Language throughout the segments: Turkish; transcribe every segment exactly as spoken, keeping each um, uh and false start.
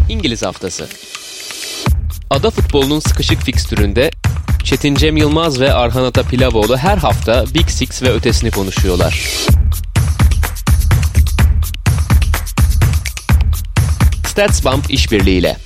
İngiliz Haftası. Ada futbolunun sıkışık fikstüründe Çetin Cem Yılmaz ve Arhan Atapilavoğlu her hafta Big Six ve ötesini konuşuyorlar. StatsBomb işbirliğiyle.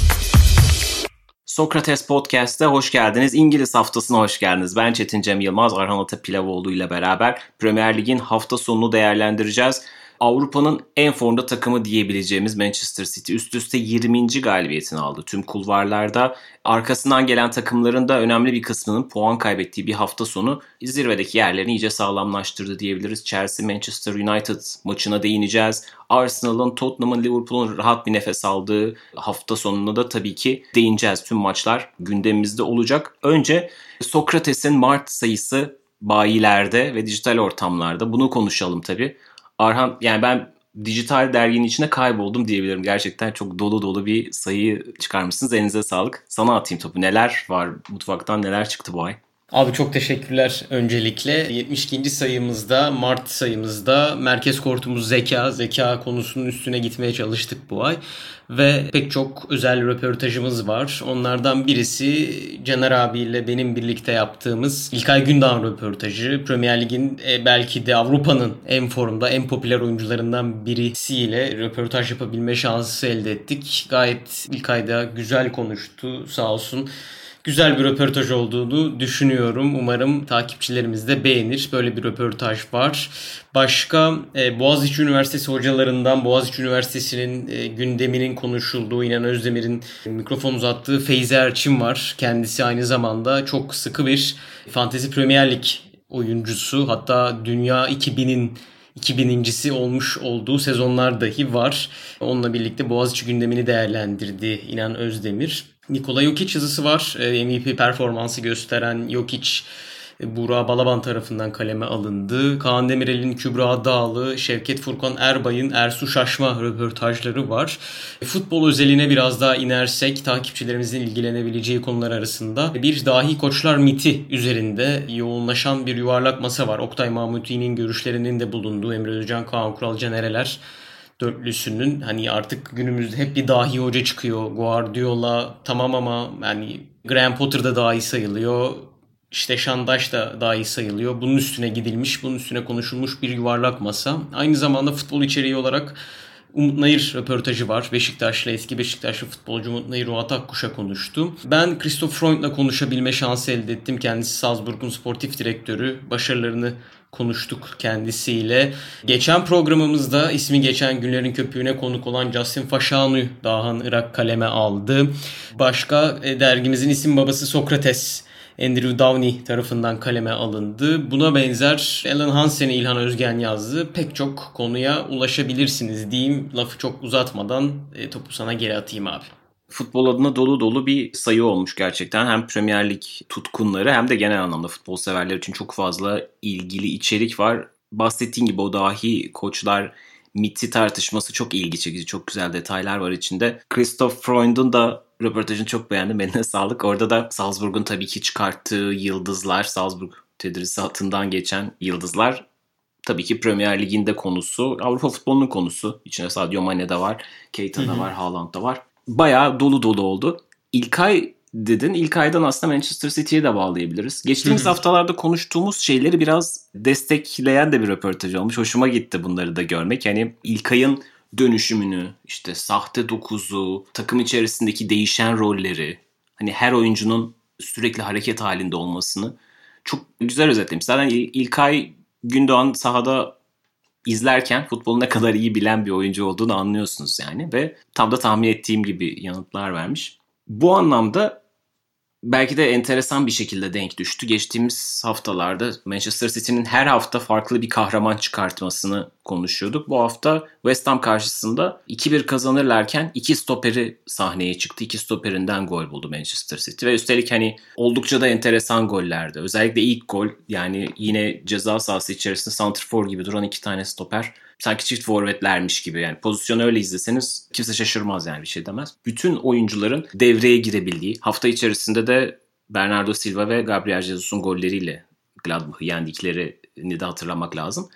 Sokrates Podcast'a hoş geldiniz. İngiliz Haftası'na hoş geldiniz. Ben Çetin Cem Yılmaz, Arhan Atapilavoğlu ile beraber Premier Lig'in hafta sonunu değerlendireceğiz. Avrupa'nın en formda takımı diyebileceğimiz Manchester City üst üste yirminci galibiyetini aldı tüm kulvarlarda. Arkasından gelen takımların da önemli bir kısmının puan kaybettiği bir hafta sonu zirvedeki yerlerini iyice sağlamlaştırdı diyebiliriz. Chelsea Manchester United maçına değineceğiz. Arsenal'ın, Tottenham'ın, Liverpool'un rahat bir nefes aldığı hafta sonuna da tabii ki değineceğiz. Tüm maçlar gündemimizde olacak. Önce Sokrates'in Mart sayısı bayilerde ve dijital ortamlarda, bunu konuşalım tabii. Arhan, yani ben dijital derginin içine kayboldum diyebilirim. Gerçekten çok dolu dolu bir sayı çıkarmışsınız. Elinize sağlık. Sana atayım topu. Neler var mutfaktan, neler çıktı bu ay? Abi çok teşekkürler öncelikle. yetmiş ikinci sayımızda, Mart sayımızda merkez kortumuz zeka, zeka konusunun üstüne gitmeye çalıştık bu ay. Ve pek çok özel röportajımız var. Onlardan birisi Caner abiyle benim birlikte yaptığımız İlkay Gündoğan röportajı. Premier Lig'in belki de Avrupa'nın en formda, en popüler oyuncularından birisiyle röportaj yapabilme şansı elde ettik. Gayet İlkay da güzel konuştu, sağ olsun. Güzel bir röportaj olduğunu düşünüyorum. Umarım takipçilerimiz de beğenir. Böyle bir röportaj var. Başka e, Boğaziçi Üniversitesi hocalarından Boğaziçi Üniversitesi'nin e, gündeminin konuşulduğu, İnan Özdemir'in mikrofon uzattığı Feyzi Erçin var. Kendisi aynı zamanda çok sıkı bir Fantezi Premier Lig oyuncusu. Hatta Dünya iki binin iki binincisi olmuş olduğu sezonlar dahi var. Onunla birlikte Boğaziçi gündemini değerlendirdi İnan Özdemir. Nikola Jokic yazısı var. M V P performansı gösteren Jokic, Burak Balaban tarafından kaleme alındı. Kaan Demirel'in, Kübra Dağlı, Şevket Furkan Erbay'ın Ersu Şaşma röportajları var. Futbol özeline biraz daha inersek takipçilerimizin ilgilenebileceği konular arasında bir dahi koçlar miti üzerinde yoğunlaşan bir yuvarlak masa var. Oktay Mahmuti'nin görüşlerinin de bulunduğu Emre Özcan, Kaan Kural, Can Ereler dörtlüsünün, hani artık günümüzde hep bir dahi hoca çıkıyor. Guardiola tamam ama yani Graham Potter da dahi sayılıyor. İşte Şandaş da dahi sayılıyor. Bunun üstüne gidilmiş, bunun üstüne konuşulmuş bir yuvarlak masa. Aynı zamanda futbol içeriği olarak Umut Nayır röportajı var. Beşiktaşlı, eski Beşiktaşlı futbolcu Umut Nayır, Ruat Akkuş'a konuştu. Ben Christoph Freund'la konuşabilme şansı elde ettim. Kendisi Salzburg'un sportif direktörü. Başarılarını konuştuk kendisiyle. Geçen programımızda ismi geçen Günlerin Köpüğü'ne konuk olan Justin Faşanu Dahan Irak kaleme aldı. Başka e, dergimizin isim babası Sokrates, Andrew Downey tarafından kaleme alındı. Buna benzer Alan Hansen'i İlhan Özgen yazdı. Pek çok konuya ulaşabilirsiniz diyeyim. Lafı çok uzatmadan e, topu sana geri atayım abi. Futbol adına dolu dolu bir sayı olmuş gerçekten. Hem Premier Lig tutkunları hem de genel anlamda futbol severler için çok fazla ilgili içerik var. Bahsettiğin gibi o dahi koçlar miti tartışması çok ilgi çekici. Çok güzel detaylar var içinde. Christoph Freund'un da röportajını çok beğendim. Eline sağlık. Orada da Salzburg'un tabii ki çıkarttığı yıldızlar, Salzburg tedrisatından geçen yıldızlar tabii ki Premier Lig'in de konusu. Avrupa futbolunun konusu. İçinde Sadio Mane de var, Keita da var, Haaland da var. Bayağı dolu dolu oldu. İlkay dedin. İlkay'dan aslında Manchester City'ye de bağlayabiliriz. Geçtiğimiz haftalarda konuştuğumuz şeyleri biraz destekleyen de bir röportaj olmuş. Hoşuma gitti bunları da görmek. Yani İlkay'ın dönüşümünü, işte sahte dokuzu, takım içerisindeki değişen rolleri, hani her oyuncunun sürekli hareket halinde olmasını çok güzel özetlemiş. Zaten İlkay Gündoğan sahada izlerken futbolu ne kadar iyi bilen bir oyuncu olduğunu anlıyorsunuz yani, ve tam da tahmin ettiğim gibi yanıtlar vermiş. Bu anlamda belki de enteresan bir şekilde denk düştü. Geçtiğimiz haftalarda Manchester City'nin her hafta farklı bir kahraman çıkartmasını konuşuyorduk. Bu hafta West Ham karşısında iki bir kazanırlarken iki stoperi sahneye çıktı. İki stoperinden gol buldu Manchester City ve üstelik hani oldukça da enteresan gollerdi. Özellikle ilk gol, yani yine ceza sahası içerisinde santrfor gibi duran iki tane stoper. Sanki çift forvetlermiş gibi, yani pozisyonu öyle izleseniz kimse şaşırmaz, yani bir şey demez. Bütün oyuncuların devreye girebildiği, hafta içerisinde de Bernardo Silva ve Gabriel Jesus'un golleriyle Gladbach'ı yendiklerini de hatırlamak lazım.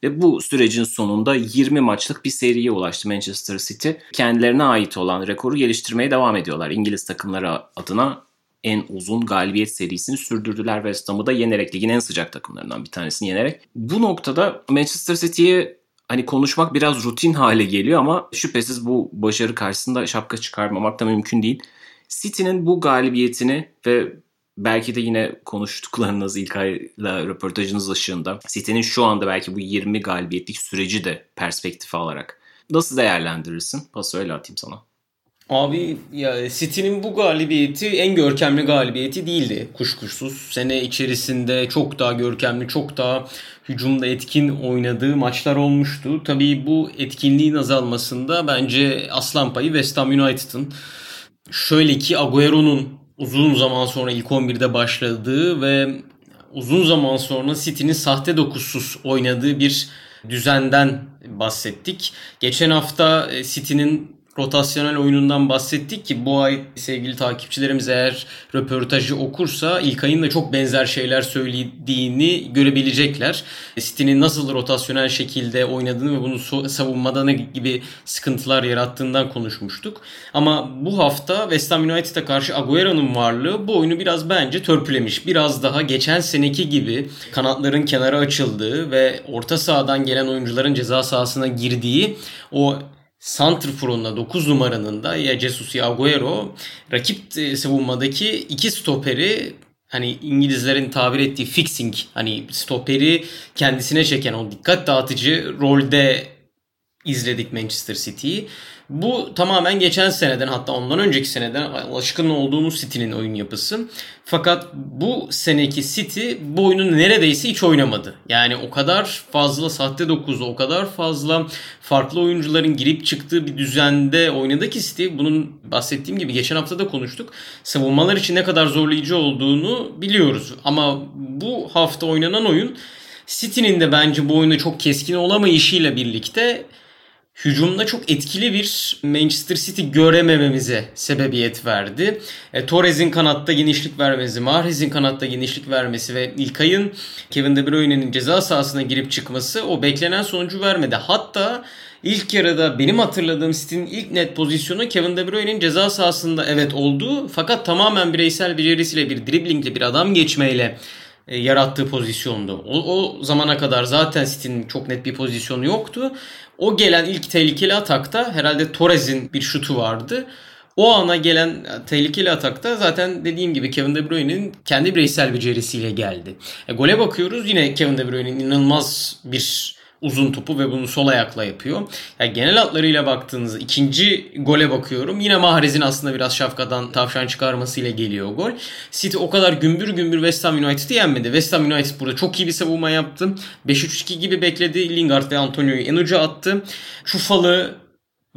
Ve bu sürecin sonunda yirmi maçlık bir seriye ulaştı Manchester City. Kendilerine ait olan rekoru geliştirmeye devam ediyorlar. İngiliz takımları adına en uzun galibiyet serisini sürdürdüler. West Ham'ı da yenerek, ligin en sıcak takımlarından bir tanesini yenerek. Bu noktada Manchester City'ye hani konuşmak biraz rutin hale geliyor ama şüphesiz bu başarı karşısında şapka çıkarmamak da mümkün değil. City'nin bu galibiyetini ve belki de yine konuştuklarınız İlkay'la röportajınız ışığında City'nin şu anda belki bu yirmi galibiyetlik süreci de perspektife alarak nasıl değerlendirirsin? Pası öyle atayım sana. Abi ya City'nin bu galibiyeti en görkemli galibiyeti değildi kuşkusuz. Sene içerisinde çok daha görkemli, çok daha hücumda etkin oynadığı maçlar olmuştu. Tabii bu etkinliğin azalmasında bence aslan payı West Ham United'ın. Şöyle ki Agüero'nun uzun zaman sonra ilk on birde başladığı ve uzun zaman sonra City'nin sahte dokuzsuz oynadığı bir düzenden bahsettik. Geçen hafta City'nin rotasyonel oyunundan bahsettik ki bu ay sevgili takipçilerimiz eğer röportajı okursa İlkay'ın da çok benzer şeyler söylediğini görebilecekler. City'nin nasıl rotasyonel şekilde oynadığını ve bunu savunmada ne gibi sıkıntılar yarattığından konuşmuştuk. Ama bu hafta West Ham United'a karşı Agüero'nun varlığı bu oyunu biraz bence törpülemiş. Biraz daha geçen seneki gibi kanatların kenara açıldığı ve orta sahadan gelen oyuncuların ceza sahasına girdiği o santrforunda dokuz numaranın da ya Jesus ya Agüero rakip savunmadaki iki stoperi hani İngilizlerin tabir ettiği fixing hani stoperi kendisine çeken o dikkat dağıtıcı rolde izledik Manchester City'yi. Bu tamamen geçen seneden hatta ondan önceki seneden alışkın olduğumuz City'nin oyun yapısı. Fakat bu seneki City bu oyunu neredeyse hiç oynamadı. Yani o kadar fazla sahte dokuzu, o kadar fazla farklı oyuncuların girip çıktığı bir düzende oynadı ki City. Bunun bahsettiğim gibi geçen hafta da konuştuk. Savunmalar için ne kadar zorlayıcı olduğunu biliyoruz. Ama bu hafta oynanan oyun City'nin de bence bu oyunda çok keskin olamayışıyla birlikte hücumda çok etkili bir Manchester City göremememize sebebiyet verdi. E, Torres'in kanatta genişlik vermesi, Mahrez'in kanatta genişlik vermesi ve İlkay'ın Kevin De Bruyne'nin ceza sahasına girip çıkması o beklenen sonucu vermedi. Hatta ilk yarıda benim hatırladığım City'nin ilk net pozisyonu Kevin De Bruyne'nin ceza sahasında evet oldu. Fakat tamamen bireysel becerisiyle bir driblingle bir adam geçmeyle e, yarattığı pozisyondu. O, o zamana kadar zaten City'nin çok net bir pozisyonu yoktu. O gelen ilk tehlikeli atakta herhalde Torres'in bir şutu vardı. O ana gelen tehlikeli atakta zaten dediğim gibi Kevin De Bruyne'nin kendi bireysel becerisiyle geldi. E, gole bakıyoruz yine Kevin De Bruyne'nin inanılmaz bir uzun topu ve bunu sol ayakla yapıyor. Yani genel hatlarıyla baktığınızda ikinci gole bakıyorum. Yine Mahrez'in aslında biraz şapkadan tavşan çıkarmasıyla geliyor o gol. City o kadar gümbür gümbür West Ham United'ı yenmedi. West Ham United burada çok iyi bir savunma yaptı. beş üç iki gibi bekledi. Lingard ve Antonio'yu en uca attı. Çufalı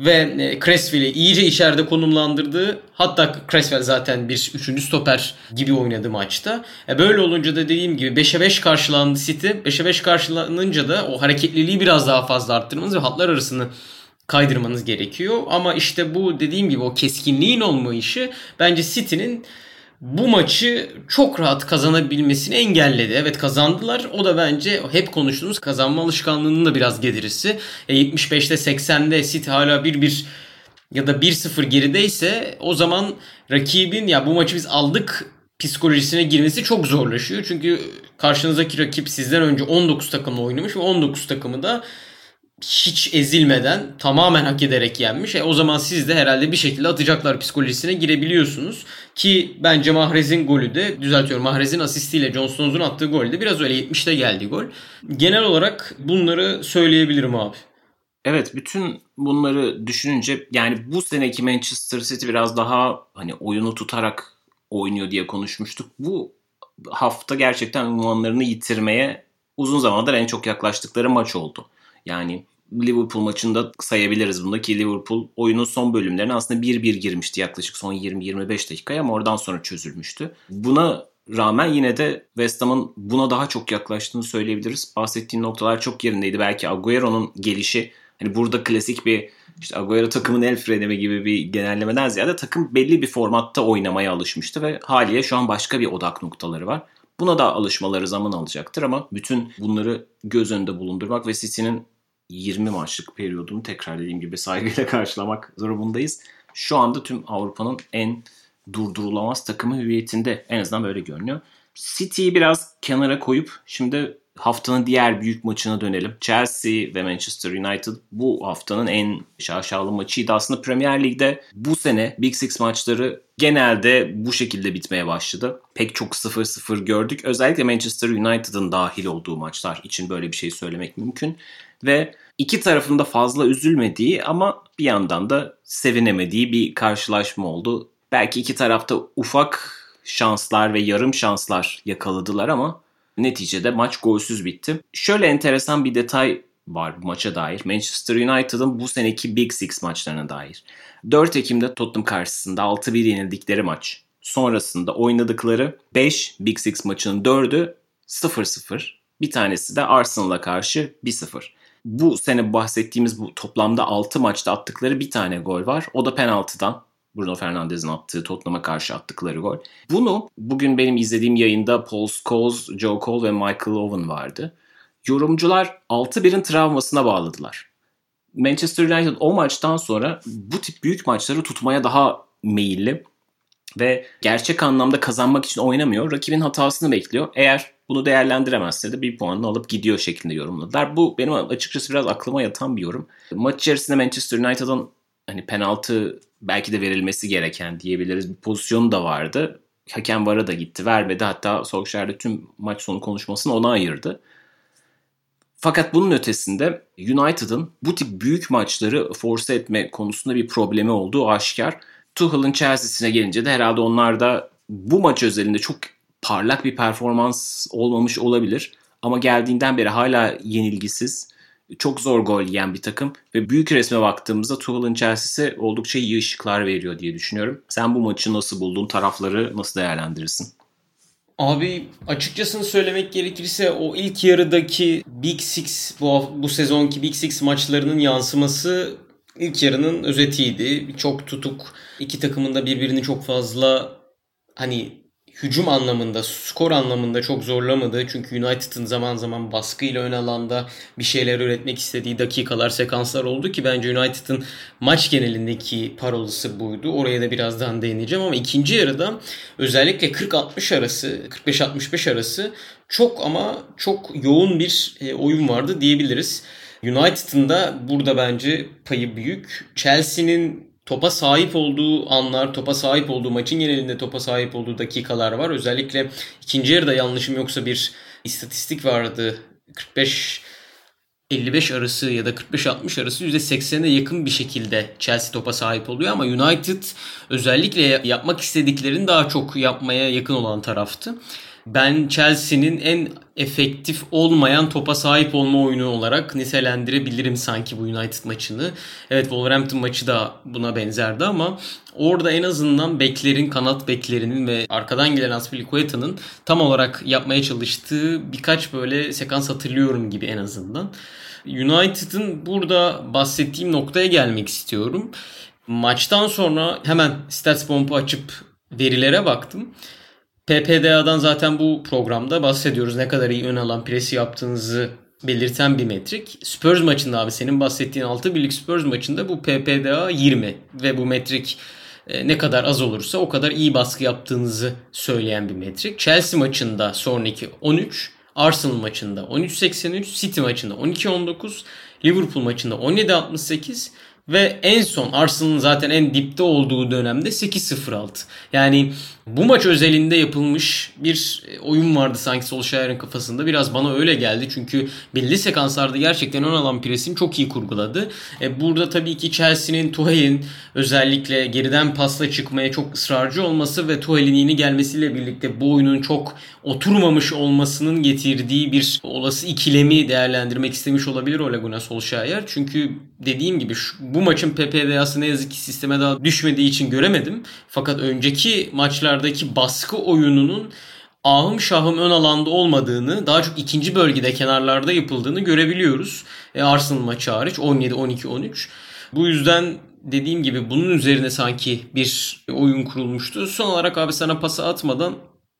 ve Cresswell'i iyice içeride konumlandırdı. Hatta Cresswell zaten bir üçüncü stoper gibi oynadı maçta. E böyle olunca da dediğim gibi beşe beş karşılandı City. beşe beş karşılanınca da o hareketliliği biraz daha fazla arttırmanız ve hatlar arasını kaydırmanız gerekiyor. Ama işte bu dediğim gibi o keskinliğin olmayışı bence City'nin bu maçı çok rahat kazanabilmesini engelledi. Evet kazandılar. O da bence hep konuştuğumuz kazanma alışkanlığının da biraz getirisi. E, yetmiş beşte seksende City hala bir bir ya da bir sıfır gerideyse o zaman rakibin ya bu maçı biz aldık psikolojisine girmesi çok zorlaşıyor. Çünkü karşınızdaki rakip sizden önce on dokuz takımla oynamış ve on dokuz takımı da hiç ezilmeden tamamen hak ederek yenmiş. E, o zaman siz de herhalde bir şekilde atacaklar psikolojisine girebiliyorsunuz. Ki bence Mahrez'in golü de düzeltiyorum. Mahrez'in asistiyle John Stones'un attığı gol de biraz öyle yetmişte geldi gol. Genel olarak bunları söyleyebilirim abi. Evet bütün bunları düşününce yani bu seneki Manchester City biraz daha hani oyunu tutarak oynuyor diye konuşmuştuk. Bu hafta gerçekten unvanlarını yitirmeye uzun zamandır en çok yaklaştıkları maç oldu. Yani Liverpool maçında sayabiliriz bunda ki Liverpool oyunun son bölümlerine aslında bir bir girmişti yaklaşık son yirmi yirmi beş dakikaya ama oradan sonra çözülmüştü. Buna rağmen yine de West Ham'ın buna daha çok yaklaştığını söyleyebiliriz. Bahsettiğim noktalar çok yerindeydi. Belki Agüero'nun gelişi hani burada klasik bir işte Agüero takımın el freni gibi bir genellemeden ziyade takım belli bir formatta oynamaya alışmıştı ve haliyle şu an başka bir odak noktaları var. Buna da alışmaları zaman alacaktır ama bütün bunları göz önünde bulundurmak ve City'nin yirmi maçlık periyodunu tekrar dediğim gibi saygıyla karşılamak zorundayız. Şu anda tüm Avrupa'nın en durdurulamaz takımı hüviyetinde. En azından böyle görünüyor. City'yi biraz kenara koyup şimdi haftanın diğer büyük maçına dönelim. Chelsea ve Manchester United bu haftanın en şaşalı maçıydı. Aslında Premier Lig'de bu sene Big Six maçları genelde bu şekilde bitmeye başladı. Pek çok sıfır sıfır gördük. Özellikle Manchester United'ın dahil olduğu maçlar için böyle bir şey söylemek mümkün. Ve iki tarafın da fazla üzülmediği ama bir yandan da sevinemediği bir karşılaşma oldu. Belki iki tarafta ufak şanslar ve yarım şanslar yakaladılar ama neticede maç golsüz bitti. Şöyle enteresan bir detay var bu maça dair. Manchester United'ın bu seneki Big Six maçlarına dair. dört Ekim'de Tottenham karşısında altı bir yenildikleri maç. Sonrasında oynadıkları beş Big Six maçının dördü sıfır sıfır. Bir tanesi de Arsenal'a karşı bir sıfır. Bu sene bahsettiğimiz bu toplamda altı maçta attıkları bir tane gol var. O da penaltıdan. Bruno Fernandes'in attığı Tottenham'a karşı attıkları gol. Bunu bugün benim izlediğim yayında Paul Scholes, Joe Cole ve Michael Owen vardı. Yorumcular altı birin travmasına bağladılar. Manchester United o maçtan sonra bu tip büyük maçları tutmaya daha meyilli ve gerçek anlamda kazanmak için oynamıyor. Rakibin hatasını bekliyor. Eğer bunu değerlendiremezse de bir puanını alıp gidiyor şeklinde yorumladılar. Bu benim açıkçası biraz aklıma yatan bir yorum. Maç içerisinde Manchester United'ın hani penaltı belki de verilmesi gereken diyebiliriz bir pozisyonu da vardı. Hakem V A R'a da gitti, vermedi. Hatta Solskjaer tüm maç sonu konuşmasını ona ayırdı. Fakat bunun ötesinde United'ın bu tip büyük maçları force etme konusunda bir problemi olduğu aşikar. Tuchel'ın Chelsea'sine gelince de herhalde onlar da bu maç özelinde çok parlak bir performans olmamış olabilir. Ama geldiğinden beri hala yenilgisiz, çok zor gol yiyen bir takım ve büyük resme baktığımızda Tuchel'ın Chelsea'si oldukça iyi ışıklar veriyor diye düşünüyorum. Sen bu maçı nasıl buldun? Tarafları nasıl değerlendirirsin? Abi açıkçasını söylemek gerekirse o ilk yarıdaki Big Six, bu, bu sezonki Big Six maçlarının yansıması ilk yarının özetiydi. Çok tutuk, iki takımın da birbirini çok fazla hani hücum anlamında, skor anlamında çok zorlamadı. Çünkü United'ın zaman zaman baskıyla ön alanda bir şeyler üretmek istediği dakikalar, sekanslar oldu ki bence United'ın maç genelindeki parolası buydu. Oraya da birazdan değineceğim ama ikinci yarıda özellikle kırk altmış arası, kırk beş altmış beş arası çok ama çok yoğun bir oyun vardı diyebiliriz. United'ın da burada bence payı büyük. Chelsea'nin topa sahip olduğu anlar, topa sahip olduğu maçın genelinde topa sahip olduğu dakikalar var. Özellikle ikinci yarıda yanlışım yoksa bir istatistik vardı. kırk beş elli beş arası ya da kırk beş altmış arası yüzde seksene yakın bir şekilde Chelsea topa sahip oluyor. Ama United özellikle yapmak istediklerini daha çok yapmaya yakın olan taraftı. Ben Chelsea'nin en efektif olmayan topa sahip olma oyunu olarak nitelendirebilirim sanki bu United maçını. Evet, Wolverhampton maçı da buna benzerdi ama orada en azından beklerin, kanat beklerinin ve arkadan gelen Azpilicueta'nın tam olarak yapmaya çalıştığı birkaç böyle sekans hatırlıyorum gibi en azından. United'ın burada bahsettiğim noktaya gelmek istiyorum. Maçtan sonra hemen StatsBomb'u açıp verilere baktım. P P D A'dan zaten bu programda bahsediyoruz. Ne kadar iyi ön alan presi yaptığınızı belirten bir metrik. Spurs maçında abi senin bahsettiğin altı birlik Spurs maçında bu P P D A yirmi ve bu metrik ne kadar az olursa o kadar iyi baskı yaptığınızı söyleyen bir metrik. Chelsea maçında sonraki on üç, Arsenal maçında on üç seksen üç, City maçında on iki on dokuz, Liverpool maçında on yedi altmış sekiz ve en son Arsenal'ın zaten en dipte olduğu dönemde sekiz sıfır altı. Yani bu maç özelinde yapılmış bir oyun vardı sanki Solskjaer'in kafasında. Biraz bana öyle geldi. Çünkü belli sekanslarda gerçekten ön alan presini çok iyi kurguladı. E burada tabii ki Chelsea'nin, Tuchel'in özellikle geriden pasla çıkmaya çok ısrarcı olması ve Tuchel'in yeni gelmesiyle birlikte bu oyunun çok oturmamış olmasının getirdiği bir olası ikilemi değerlendirmek istemiş olabilir Ole Gunnar Solskjaer. Çünkü dediğim gibi şu, bu maçın P P D A'sı ne yazık ki sisteme daha düşmediği için göremedim. Fakat önceki maçlardaki baskı oyununun ahım şahım ön alanda olmadığını, daha çok ikinci bölgede kenarlarda yapıldığını görebiliyoruz. E, Arsenal maçı hariç on yedi on iki on üç. Bu yüzden dediğim gibi bunun üzerine sanki bir oyun kurulmuştu. Son olarak abi sana pası atmadan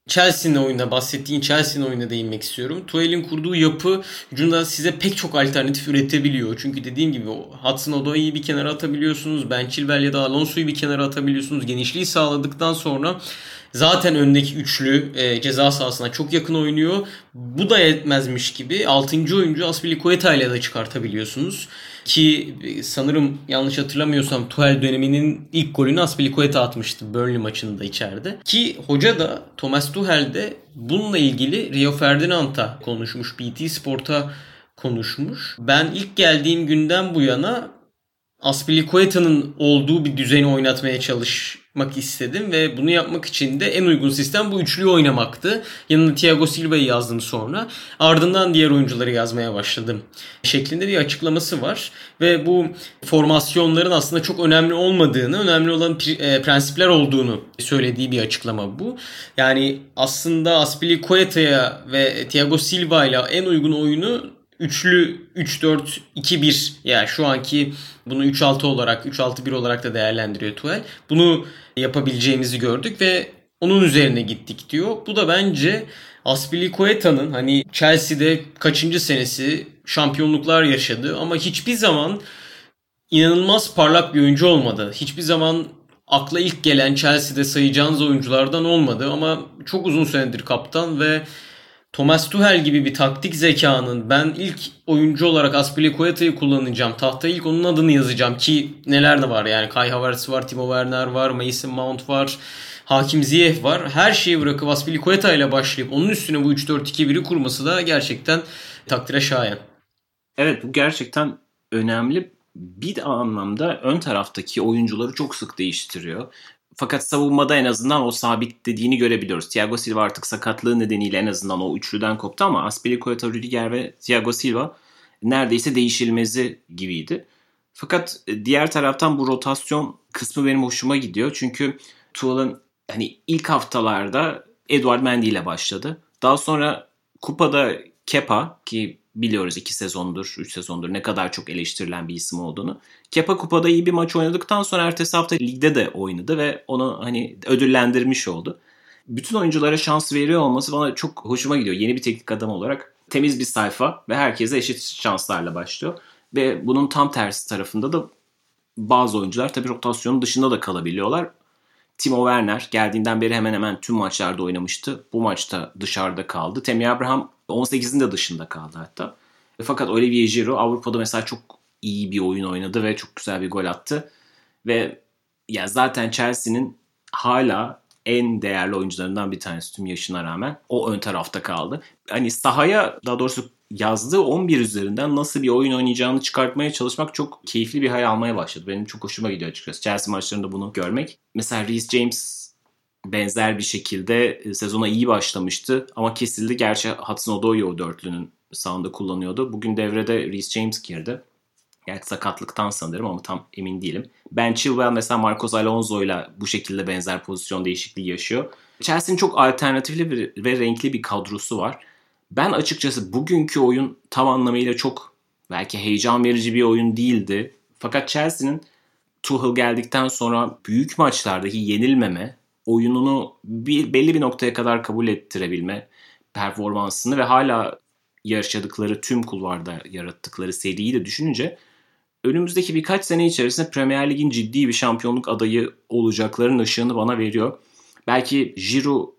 Chelsea'nin oyununa, bahsettiğin Chelsea'nin oyununa değinmek istiyorum. Tuchel'in kurduğu yapı hücumda size pek çok alternatif üretebiliyor. Çünkü dediğim gibi Hudson Odoi'yi bir kenara atabiliyorsunuz. Ben Chilwell ya da Alonso'yu bir kenara atabiliyorsunuz. Genişliği sağladıktan sonra zaten öndeki üçlü e, ceza sahasına çok yakın oynuyor. Bu da yetmezmiş gibi altıncı oyuncu Azpilicueta ile de çıkartabiliyorsunuz. Ki sanırım yanlış hatırlamıyorsam Tuchel döneminin ilk golünü Azpilicueta atmıştı Burnley maçında içeride. Ki hoca da Thomas Tuchel de bununla ilgili Rio Ferdinand'a konuşmuş, B T Sport'a konuşmuş. Ben ilk geldiğim günden bu yana Azpilicueta'nın olduğu bir düzeni oynatmaya çalışmak istedim ve bunu yapmak için de en uygun sistem bu üçlüyü oynamaktı. Yanına Thiago Silva'yı yazdım sonra. Ardından diğer oyuncuları yazmaya başladım şeklinde bir açıklaması var. Ve bu formasyonların aslında çok önemli olmadığını, önemli olan prensipler olduğunu söylediği bir açıklama bu. Yani aslında Azpilicueta'ya ve Thiago Silva ile en uygun oyunu üçlü üç dört iki bir, yani şu anki bunu üç altı olarak üç altı bir olarak da değerlendiriyor Tuchel. Bunu yapabileceğimizi gördük ve onun üzerine gittik diyor. Bu da bence Azpilicueta'nın hani Chelsea'de kaçıncı senesi şampiyonluklar yaşadı ama hiçbir zaman inanılmaz parlak bir oyuncu olmadı. Hiçbir zaman akla ilk gelen Chelsea'de sayacağınız oyunculardan olmadı ama çok uzun süredir kaptan ve Thomas Tuchel gibi bir taktik zekanın ben ilk oyuncu olarak Azpilicueta'yı kullanacağım, tahtaya ilk onun adını yazacağım ki neler de var yani Kai Havertz var, Timo Werner var, Mason Mount var, Hakim Ziyech var. Her şeyi bırakıp Azpilicueta ile başlayıp onun üstüne bu üç dört iki biri kurması da gerçekten takdire şayan. Evet, bu gerçekten önemli. Bir anlamda ön taraftaki oyuncuları çok sık değiştiriyor. Fakat savunmada en azından o sabitlediğini görebiliyoruz. Thiago Silva artık sakatlığı nedeniyle en azından o üçlüden koptu ama Azpilicueta, Rüdiger ve Thiago Silva neredeyse değişilmezi gibiydi. Fakat diğer taraftan bu rotasyon kısmı benim hoşuma gidiyor. Çünkü Tuchel'ın hani ilk haftalarda Edouard Mendy ile başladı. Daha sonra kupada Kepa, ki biliyoruz iki sezondur, üç sezondur ne kadar çok eleştirilen bir isim olduğunu. Kepa kupada iyi bir maç oynadıktan sonra ertesi hafta ligde de oynadı ve onu hani ödüllendirmiş oldu. Bütün oyunculara şans veriyor olması bana çok hoşuma gidiyor. Yeni bir teknik adam olarak temiz bir sayfa ve herkese eşit şanslarla başlıyor. Ve bunun tam tersi tarafında da bazı oyuncular tabii rotasyonun dışında da kalabiliyorlar. Timo Werner geldiğinden beri hemen hemen tüm maçlarda oynamıştı. Bu maçta dışarıda kaldı. Tammy Abraham on sekizin de dışında kaldı hatta. Fakat Olivier Giroud Avrupa'da mesela çok iyi bir oyun oynadı ve çok güzel bir gol attı. Ve ya zaten Chelsea'nin hala en değerli oyuncularından bir tanesi tüm yaşına rağmen o ön tarafta kaldı. Hani sahaya, daha doğrusu yazdığı on bir üzerinden nasıl bir oyun oynayacağını çıkartmaya çalışmak çok keyifli bir hal almaya başladı. Benim çok hoşuma gidiyor açıkçası Chelsea maçlarında bunu görmek. Mesela Reece James benzer bir şekilde sezona iyi başlamıştı ama kesildi. Gerçi Hudson Odoi o dörtlünün sağında kullanıyordu. Bugün devrede Reece James girdi. Yani sakatlıktan sanırım ama tam emin değilim. Ben Chilwell mesela Marcos Alonso'yla bu şekilde benzer pozisyon değişikliği yaşıyor. Chelsea'nin çok alternatifli ve renkli bir kadrosu var. Ben açıkçası bugünkü oyun tam anlamıyla çok belki heyecan verici bir oyun değildi. Fakat Chelsea'nin Tuchel geldikten sonra büyük maçlardaki yenilmeme, oyununu bir, belli bir noktaya kadar kabul ettirebilme performansını ve hala yaşadıkları tüm kulvarda yarattıkları seriyi de düşününce önümüzdeki birkaç sene içerisinde Premier Lig'in ciddi bir şampiyonluk adayı olacaklarının ışığını bana veriyor. Belki Giroud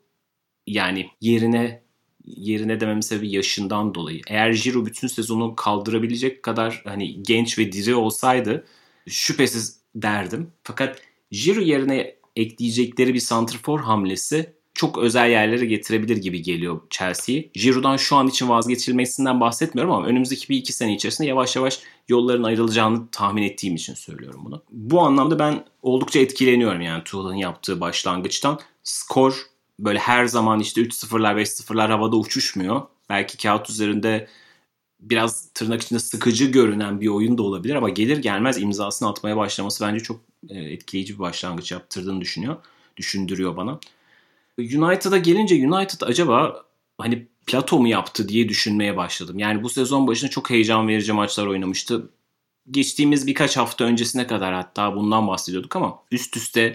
yani yerine yerine dememin sebebi yaşından dolayı. Eğer Giroud bütün sezonu kaldırabilecek kadar hani genç ve diri olsaydı şüphesiz derdim. Fakat Giroud yerine ekleyecekleri bir santrfor hamlesi çok özel yerlere getirebilir gibi geliyor Chelsea'yi. Giroud'dan şu an için vazgeçilmesinden bahsetmiyorum ama önümüzdeki bir iki sene içerisinde yavaş yavaş yolların ayrılacağını tahmin ettiğim için söylüyorum bunu. Bu anlamda ben oldukça etkileniyorum yani Tuchel'ın yaptığı başlangıçtan. Skor böyle her zaman işte üç sıfırlar beş sıfırlar havada uçuşmuyor. Belki kağıt üzerinde biraz tırnak içinde sıkıcı görünen bir oyun da olabilir ama gelir gelmez imzasını atmaya başlaması bence çok etkileyici bir başlangıç yaptırdığını düşünüyor. Düşündürüyor bana. United'a gelince United acaba hani plato mu yaptı diye düşünmeye başladım. Yani bu sezon başında çok heyecan verici maçlar oynamıştı. Geçtiğimiz birkaç hafta öncesine kadar hatta bundan bahsediyorduk ama üst üste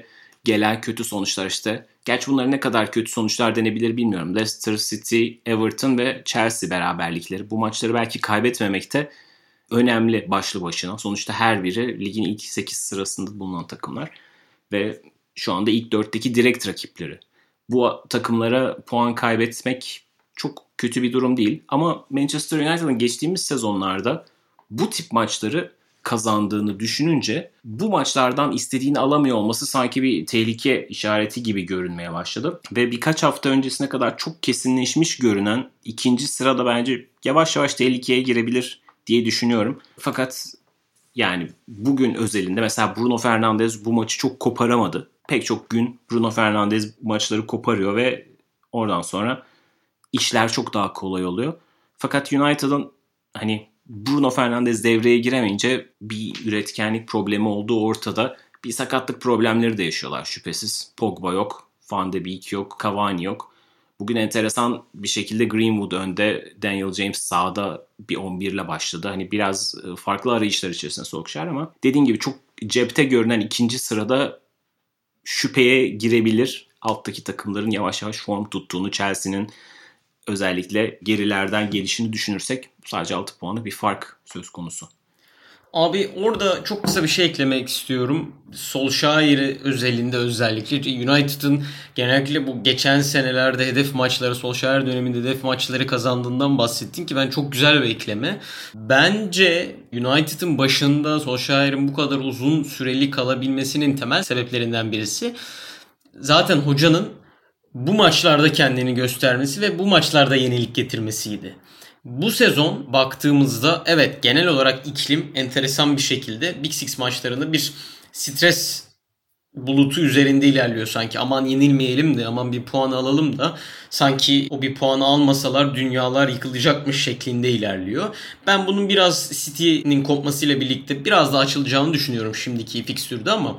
gelen kötü sonuçlar işte. Gerçi bunların ne kadar kötü sonuçlar denebilir bilmiyorum. Leicester City, Everton ve Chelsea beraberlikleri. Bu maçları belki kaybetmemekte önemli başlı başına. Sonuçta her biri ligin ilk sekiz sırasında bulunan takımlar. Ve şu anda ilk dörtteki direkt rakipleri. Bu takımlara puan kaybetmek çok kötü bir durum değil. Ama Manchester United'ın geçtiğimiz sezonlarda bu tip maçları kazandığını düşününce bu maçlardan istediğini alamıyor olması sanki bir tehlike işareti gibi görünmeye başladı. Ve birkaç hafta öncesine kadar çok kesinleşmiş görünen ikinci sırada bence yavaş yavaş tehlikeye girebilir diye düşünüyorum. Fakat yani bugün özelinde mesela Bruno Fernandes bu maçı çok koparamadı. Pek çok gün Bruno Fernandes maçları koparıyor ve oradan sonra işler çok daha kolay oluyor. Fakat United'ın hani Bruno Fernandes devreye giremeyince bir üretkenlik problemi olduğu ortada. Bir sakatlık problemleri de yaşıyorlar şüphesiz. Pogba yok, Van de Beek yok, Cavani yok. Bugün enteresan bir şekilde Greenwood önde, Daniel James sağda bir on bir ile başladı. Hani biraz farklı arayışlar içerisinde Solskjaer ama dediğim gibi çok cepte görünen ikinci sırada şüpheye girebilir. Alttaki takımların yavaş yavaş form tuttuğunu, Chelsea'nin özellikle gerilerden gelişini düşünürsek sadece altı puanı bir fark söz konusu. Abi orada çok kısa bir şey eklemek istiyorum. Solskjaer'i özelinde özellikle United'ın genellikle bu geçen senelerde hedef maçları, Solskjaer döneminde hedef maçları kazandığından bahsettin ki ben çok güzel bir ekleme. Bence United'ın başında Solskjaer'in bu kadar uzun süreli kalabilmesinin temel sebeplerinden birisi zaten hocanın bu maçlarda kendini göstermesi ve bu maçlarda yenilik getirmesiydi. Bu sezon baktığımızda evet genel olarak iklim enteresan bir şekilde Big Six maçlarında bir stres bulutu üzerinde ilerliyor sanki. Aman yenilmeyelim de aman bir puan alalım da sanki o bir puanı almasalar dünyalar yıkılacakmış şeklinde ilerliyor. Ben bunun biraz City'nin kopmasıyla birlikte biraz daha açılacağını düşünüyorum şimdiki fikstürde ama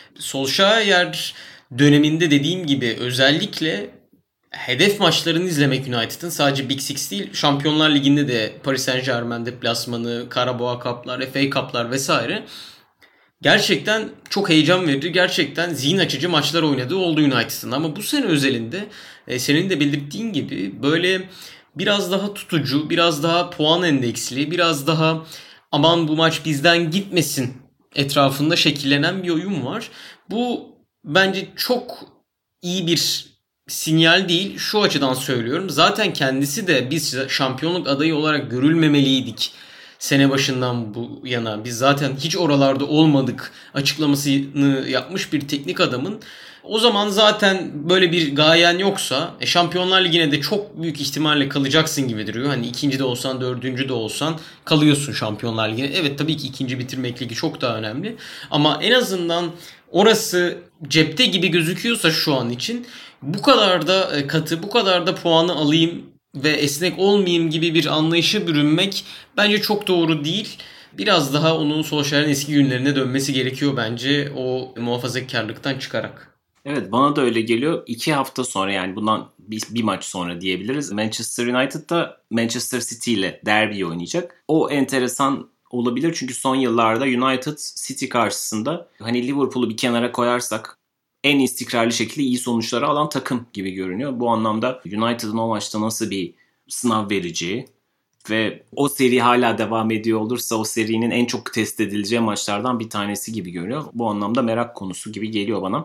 Solskjaer döneminde dediğim gibi özellikle hedef maçlarını izlemek United'ın sadece Big Six değil Şampiyonlar Ligi'nde de Paris Saint-Germain deplasmanı, Carabao Cup'lar, F A Cup'lar vesaire gerçekten çok heyecan verici, gerçekten zihin açıcı maçlar oynadığı oldu United'ın. Ama bu sene özelinde e, senin de belirttiğin gibi böyle biraz daha tutucu, biraz daha puan endeksli, biraz daha aman bu maç bizden gitmesin etrafında şekillenen bir oyun var. Bu bence çok iyi bir sinyal değil. Şu açıdan söylüyorum. Zaten kendisi de biz şampiyonluk adayı olarak görülmemeliydik. Sene başından bu yana biz zaten hiç oralarda olmadık açıklamasını yapmış bir teknik adamın. O zaman zaten böyle bir gayen yoksa e, Şampiyonlar Ligi'ne de çok büyük ihtimalle kalacaksın gibi duruyor. Hani ikinci de olsan, dördüncü de olsan kalıyorsun Şampiyonlar Ligi'ne. Evet tabii ki ikinci bitirmek ligi çok daha önemli. Ama en azından orası cepte gibi gözüküyorsa şu an için bu kadar da katı, bu kadar da puanı alayım ve esnek olmayayım gibi bir anlayışa bürünmek bence çok doğru değil. Biraz daha onun Solskjaer'in eski günlerine dönmesi gerekiyor bence o muhafazakarlıktan çıkarak. Evet bana da öyle geliyor. İki hafta sonra yani bundan bir, bir maç sonra diyebiliriz. Manchester United da Manchester City ile derbi oynayacak. O enteresan olabilir çünkü son yıllarda United City karşısında hani Liverpool'u bir kenara koyarsak en istikrarlı şekilde iyi sonuçları alan takım gibi görünüyor. Bu anlamda United'ın o maçta nasıl bir sınav vereceği ve o seri hala devam ediyor olursa o serinin en çok test edileceği maçlardan bir tanesi gibi görünüyor. Bu anlamda merak konusu gibi geliyor bana.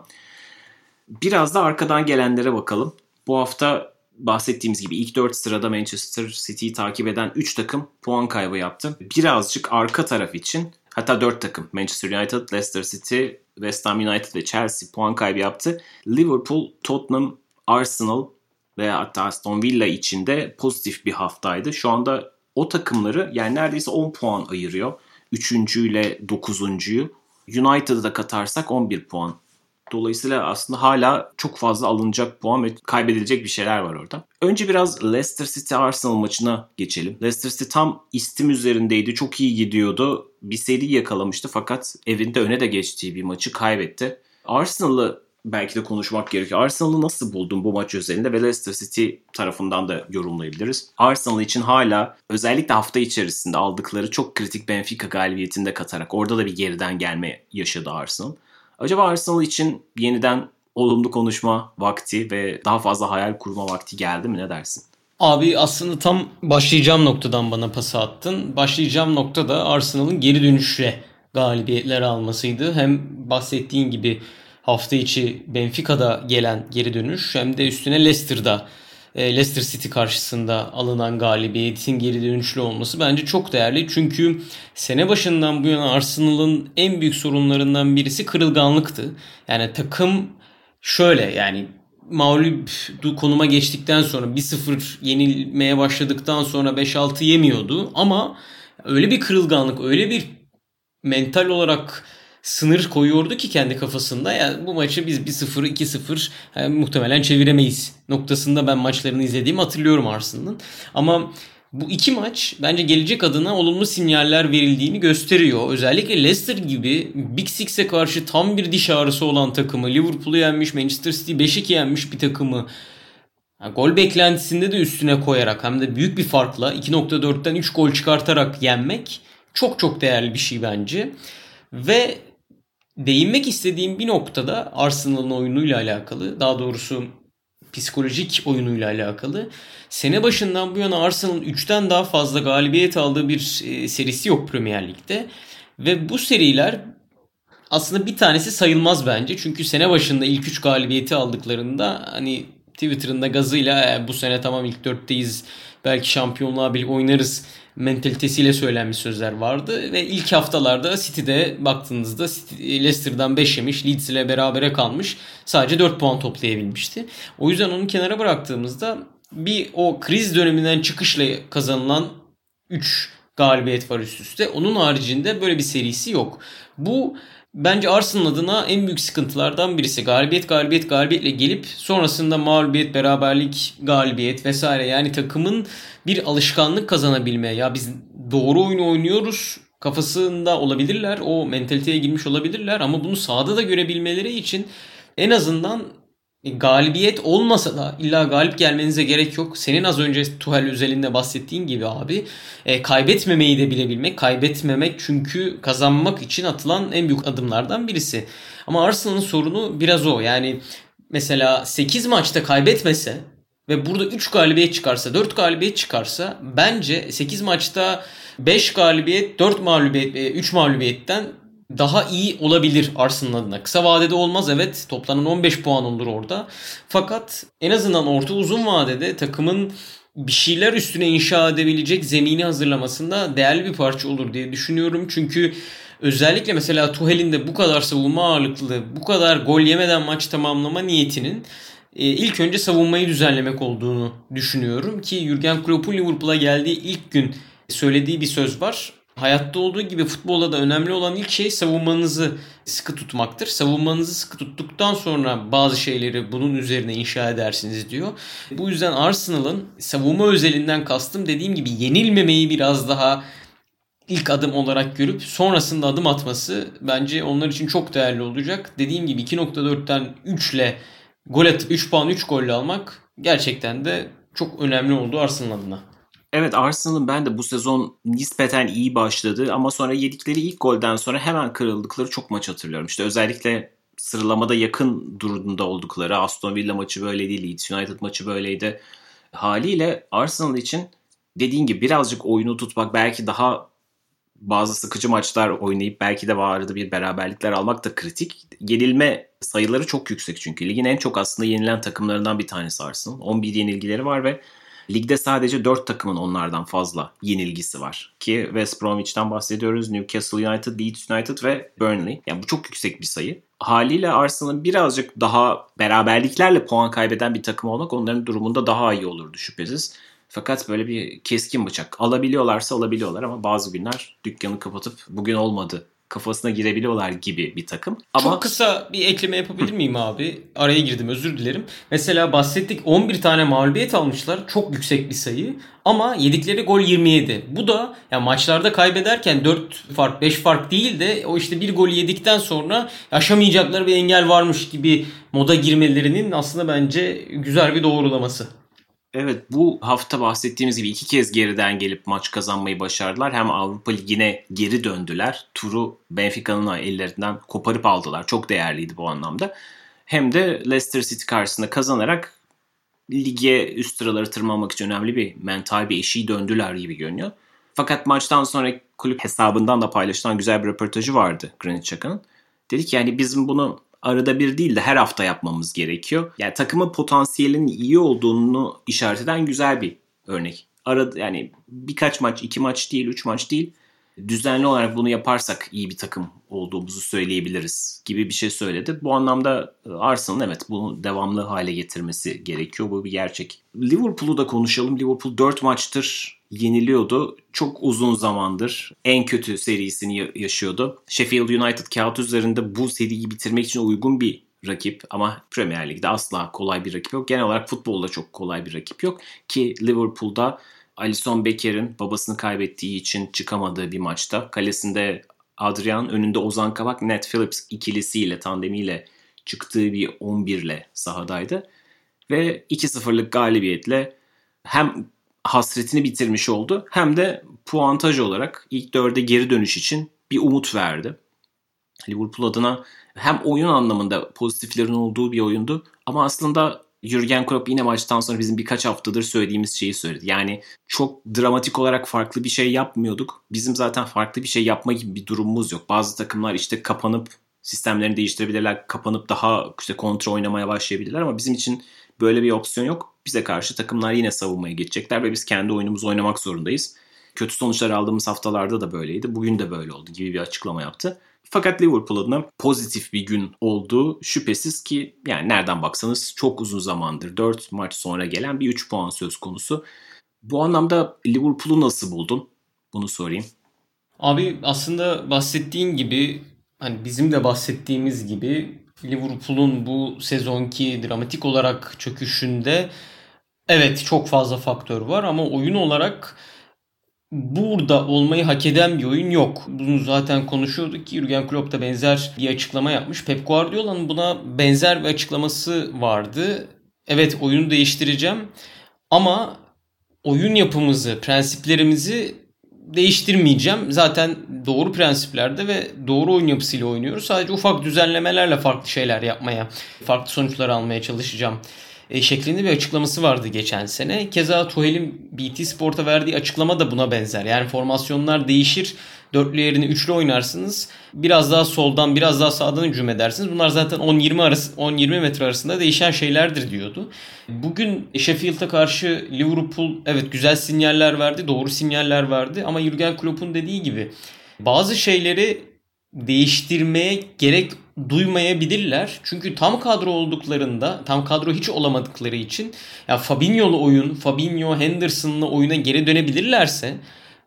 Biraz da arkadan gelenlere bakalım. Bu hafta bahsettiğimiz gibi ilk dört sırada Manchester City'yi takip eden üç takım puan kaybı yaptı. Birazcık arka taraf için hatta dört takım Manchester United, Leicester City, West Ham United ve Chelsea puan kaybı yaptı. Liverpool, Tottenham, Arsenal ve hatta Aston Villa için de pozitif bir haftaydı. Şu anda o takımları yani neredeyse on puan ayırıyor. üçüncü ile dokuzuncuyu United'ı da katarsak on bir puan. Dolayısıyla aslında hala çok fazla alınacak puan ve kaybedilecek bir şeyler var orada. Önce biraz Leicester City Arsenal maçına geçelim. Leicester City tam istim üzerindeydi. Çok iyi gidiyordu. Bir seri yakalamıştı fakat evinde öne de geçtiği bir maçı kaybetti. Arsenal'ı belki de konuşmak gerekiyor. Arsenal'ı nasıl buldun bu maç özelinde ve Leicester City tarafından da yorumlayabiliriz. Arsenal için hala özellikle hafta içerisinde aldıkları çok kritik Benfica galibiyetinde katarak orada da bir geriden gelme yaşadı Arsenal. Acaba Arsenal için yeniden olumlu konuşma vakti ve daha fazla hayal kurma vakti geldi mi? Ne dersin? Abi aslında tam başlayacağım noktadan bana pası attın. Başlayacağım nokta da Arsenal'ın geri dönüşle galibiyetler almasıydı. Hem bahsettiğin gibi hafta içi Benfica'da gelen geri dönüş hem de üstüne Leicester'da Leicester City karşısında alınan galibiyetin geri dönüşlü olması bence çok değerli. Çünkü sene başından bu yana Arsenal'ın en büyük sorunlarından birisi kırılganlıktı. Yani takım şöyle, yani mağlup konuma geçtikten sonra bir sıfır yenilmeye başladıktan sonra beş altı yemiyordu. Ama öyle bir kırılganlık, öyle bir mental olarak sınır koyuyordu ki kendi kafasında, yani bu maçı biz bir sıfır iki sıfır yani muhtemelen çeviremeyiz noktasında ben maçlarını izlediğimi hatırlıyorum Arsenal'ın. Ama bu iki maç bence gelecek adına olumlu sinyaller verildiğini gösteriyor. Özellikle Leicester gibi Big Six'e karşı tam bir diş ağrısı olan takımı, Liverpool'u yenmiş, Manchester City beş iki yenmiş bir takımı yani gol beklentisinde de üstüne koyarak hem de büyük bir farkla iki nokta dörtten üç gol çıkartarak yenmek çok çok değerli bir şey bence. Ve değinmek istediğim bir noktada Arsenal'ın oyunuyla alakalı, daha doğrusu psikolojik oyunuyla alakalı. Sene başından bu yana Arsenal'ın üçten daha fazla galibiyet aldığı bir e, serisi yok Premier Lig'de. Ve bu seriler aslında bir tanesi sayılmaz bence. Çünkü sene başında ilk üç galibiyeti aldıklarında hani Twitter'ında gazıyla e, bu sene tamam ilk dörtteyiz, belki şampiyonluğa bile oynarız mentalitesiyle söylenmiş sözler vardı. Ve ilk haftalarda City'de baktığınızda City, Leicester'dan beş yemiş, Leeds ile berabere kalmış. Sadece dört puan toplayabilmişti. O yüzden onu kenara bıraktığımızda bir o kriz döneminden çıkışla kazanılan üç galibiyet var üst üste. Onun haricinde böyle bir serisi yok. Bu bence Arsenal adına en büyük sıkıntılardan birisi. Galibiyet galibiyet galibiyetle gelip sonrasında mağlubiyet, beraberlik, galibiyet vesaire. Yani takımın bir alışkanlık kazanabilmeye, ya biz doğru oyunu oynuyoruz kafasında olabilirler. O mentaliteye girmiş olabilirler ama bunu sahada da görebilmeleri için en azından galibiyet olmasa da illa galip gelmenize gerek yok. Senin az önce Tuchel özelinde bahsettiğin gibi abi e, kaybetmemeyi de bilebilmek. Kaybetmemek çünkü kazanmak için atılan en büyük adımlardan birisi. Ama Arsenal'ın sorunu biraz o. Yani mesela sekiz maçta kaybetmese ve burada üç galibiyet çıkarsa, dört galibiyet çıkarsa bence sekiz maçta beş galibiyet, dört mağlubiyet, üç mağlubiyetten daha iyi olabilir Arsenal adına. Kısa vadede olmaz, evet, toplanan on beş puan olur orada. Fakat en azından orta uzun vadede takımın bir şeyler üstüne inşa edebilecek zemini hazırlamasında değerli bir parça olur diye düşünüyorum. Çünkü özellikle mesela Tuchel'in de bu kadar savunma ağırlıklı, bu kadar gol yemeden maç tamamlama niyetinin ilk önce savunmayı düzenlemek olduğunu düşünüyorum. Ki Jürgen Klopp'un Liverpool'a geldiği ilk gün söylediği bir söz var. Hayatta olduğu gibi futbolda da önemli olan ilk şey savunmanızı sıkı tutmaktır. Savunmanızı sıkı tuttuktan sonra bazı şeyleri bunun üzerine inşa edersiniz diyor. Bu yüzden Arsenal'ın savunma özelinden kastım, dediğim gibi, yenilmemeyi biraz daha ilk adım olarak görüp sonrasında adım atması bence onlar için çok değerli olacak. Dediğim gibi iki nokta dörtten üç ile gol atıp üç puan üç golle almak gerçekten de çok önemli oldu Arsenal adına. Evet, Arsenal'ın ben de bu sezon nispeten iyi başladı ama sonra yedikleri ilk golden sonra hemen kırıldıkları çok maç hatırlıyorum. İşte özellikle sıralamada yakın durumda oldukları Aston Villa maçı böyleydi, Leeds United maçı böyleydi. Haliyle Arsenal için dediğin gibi birazcık oyunu tutmak, belki daha bazı sıkıcı maçlar oynayıp belki de vardı bir beraberlikler almak da kritik. Yenilme sayıları çok yüksek çünkü. Ligin en çok aslında yenilen takımlarından bir tanesi Arsenal. on bir yenilgileri var ve ligde sadece dört takımın onlardan fazla yenilgisi var. Ki West Bromwich'ten bahsediyoruz, Newcastle United, Leeds United ve Burnley. Yani bu çok yüksek bir sayı. Haliyle Arsenal'ın birazcık daha beraberliklerle puan kaybeden bir takım olmak onların durumunda daha iyi olurdu şüphesiz. Fakat böyle bir keskin bıçak. Alabiliyorlarsa alabiliyorlar ama bazı günler dükkanı kapatıp bugün olmadı kafasına girebiliyorlar gibi bir takım. Ama... Çok kısa bir ekleme yapabilir miyim abi? Araya girdim, özür dilerim. Mesela bahsettik, on bir tane mağlubiyet almışlar. Çok yüksek bir sayı. Ama yedikleri gol yirmi yedi. Bu da yani maçlarda kaybederken dört fark beş fark değil de o işte bir golü yedikten sonra aşamayacakları bir engel varmış gibi moda girmelerinin aslında bence güzel bir doğrulaması. Evet, bu hafta bahsettiğimiz gibi iki kez geriden gelip maç kazanmayı başardılar. Hem Avrupa Ligi'ne geri döndüler. Turu Benfica'nın ellerinden koparıp aldılar. Çok değerliydi bu anlamda. Hem de Leicester City karşısında kazanarak lige üst sıraları tırmanmak için önemli bir mental bir eşiği döndüler gibi görünüyor. Fakat maçtan sonra kulüp hesabından da paylaşılan güzel bir röportajı vardı Granit Xhaka'nın. Dedi ki yani bizim bunu arada bir değil de her hafta yapmamız gerekiyor. Yani takımın potansiyelinin iyi olduğunu işaret eden güzel bir örnek. Arada yani birkaç maç, iki maç değil, üç maç değil. Düzenli olarak bunu yaparsak iyi bir takım olduğumuzu söyleyebiliriz gibi bir şey söyledi. Bu anlamda Arsenal'ın evet bunu devamlı hale getirmesi gerekiyor. Bu bir gerçek. Liverpool'u da konuşalım. Liverpool dört maçtır yeniliyordu. Çok uzun zamandır en kötü serisini yaşıyordu. Sheffield United kağıt üzerinde bu seriyi bitirmek için uygun bir rakip ama Premier Lig'de asla kolay bir rakip yok. Genel olarak futbolda çok kolay bir rakip yok ki Liverpool'da Alisson Becker'in babasını kaybettiği için çıkamadığı bir maçta kalesinde Adrian, önünde Ozan Kabak, Nat Phillips ikilisiyle, tandemiyle çıktığı bir on birle sahadaydı. Ve iki sıfırlık galibiyetle hem hasretini bitirmiş oldu hem de puantaj olarak ilk dörde geri dönüş için bir umut verdi. Liverpool adına hem oyun anlamında pozitiflerin olduğu bir oyundu ama aslında Jürgen Klopp yine maçtan sonra bizim birkaç haftadır söylediğimiz şeyi söyledi. Yani çok dramatik olarak farklı bir şey yapmıyorduk. Bizim zaten farklı bir şey yapma gibi bir durumumuz yok. Bazı takımlar işte kapanıp sistemlerini değiştirebilirler. Kapanıp daha işte kontra oynamaya başlayabilirler ama bizim için böyle bir opsiyon yok. Bize karşı takımlar yine savunmaya geçecekler ve biz kendi oyunumuzu oynamak zorundayız. Kötü sonuçlar aldığımız haftalarda da böyleydi. Bugün de böyle oldu gibi bir açıklama yaptı. Fakat Liverpool adına pozitif bir gün olduğu şüphesiz ki yani nereden baksanız çok uzun zamandır dört maç sonra gelen bir üç puan söz konusu. Bu anlamda Liverpool'u nasıl buldun? Bunu sorayım. Abi aslında bahsettiğin gibi hani bizim de bahsettiğimiz gibi Liverpool'un bu sezonki dramatik olarak çöküşünde evet çok fazla faktör var ama oyun olarak burada olmayı hak eden bir oyun yok. Bunu zaten konuşuyorduk ki Jürgen Klopp da benzer bir açıklama yapmış. Pep Guardiola'nın buna benzer bir açıklaması vardı. Evet oyunu değiştireceğim ama oyun yapımızı, prensiplerimizi değiştirmeyeceğim. Zaten doğru prensiplerde ve doğru oyun yapısıyla oynuyoruz. Sadece ufak düzenlemelerle farklı şeyler yapmaya, farklı sonuçlar almaya çalışacağım E, şeklinde bir açıklaması vardı geçen sene. Keza Tuchel'in B T Sport'a verdiği açıklama da buna benzer. Yani formasyonlar değişir. Dörtlü yerine üçlü oynarsınız. Biraz daha soldan, biraz daha sağdan hücum edersiniz. Bunlar zaten on yirmi arası, on yirmi metre arasında değişen şeylerdir diyordu. Bugün Sheffield'a karşı Liverpool evet güzel sinyaller verdi, doğru sinyaller verdi ama Jürgen Klopp'un dediği gibi bazı şeyleri değiştirmeye gerek duymayabilirler. Çünkü tam kadro olduklarında, tam kadro hiç olamadıkları için ya Fabinho'lu oyun, Fabinho, Henderson'la oyuna geri dönebilirlerse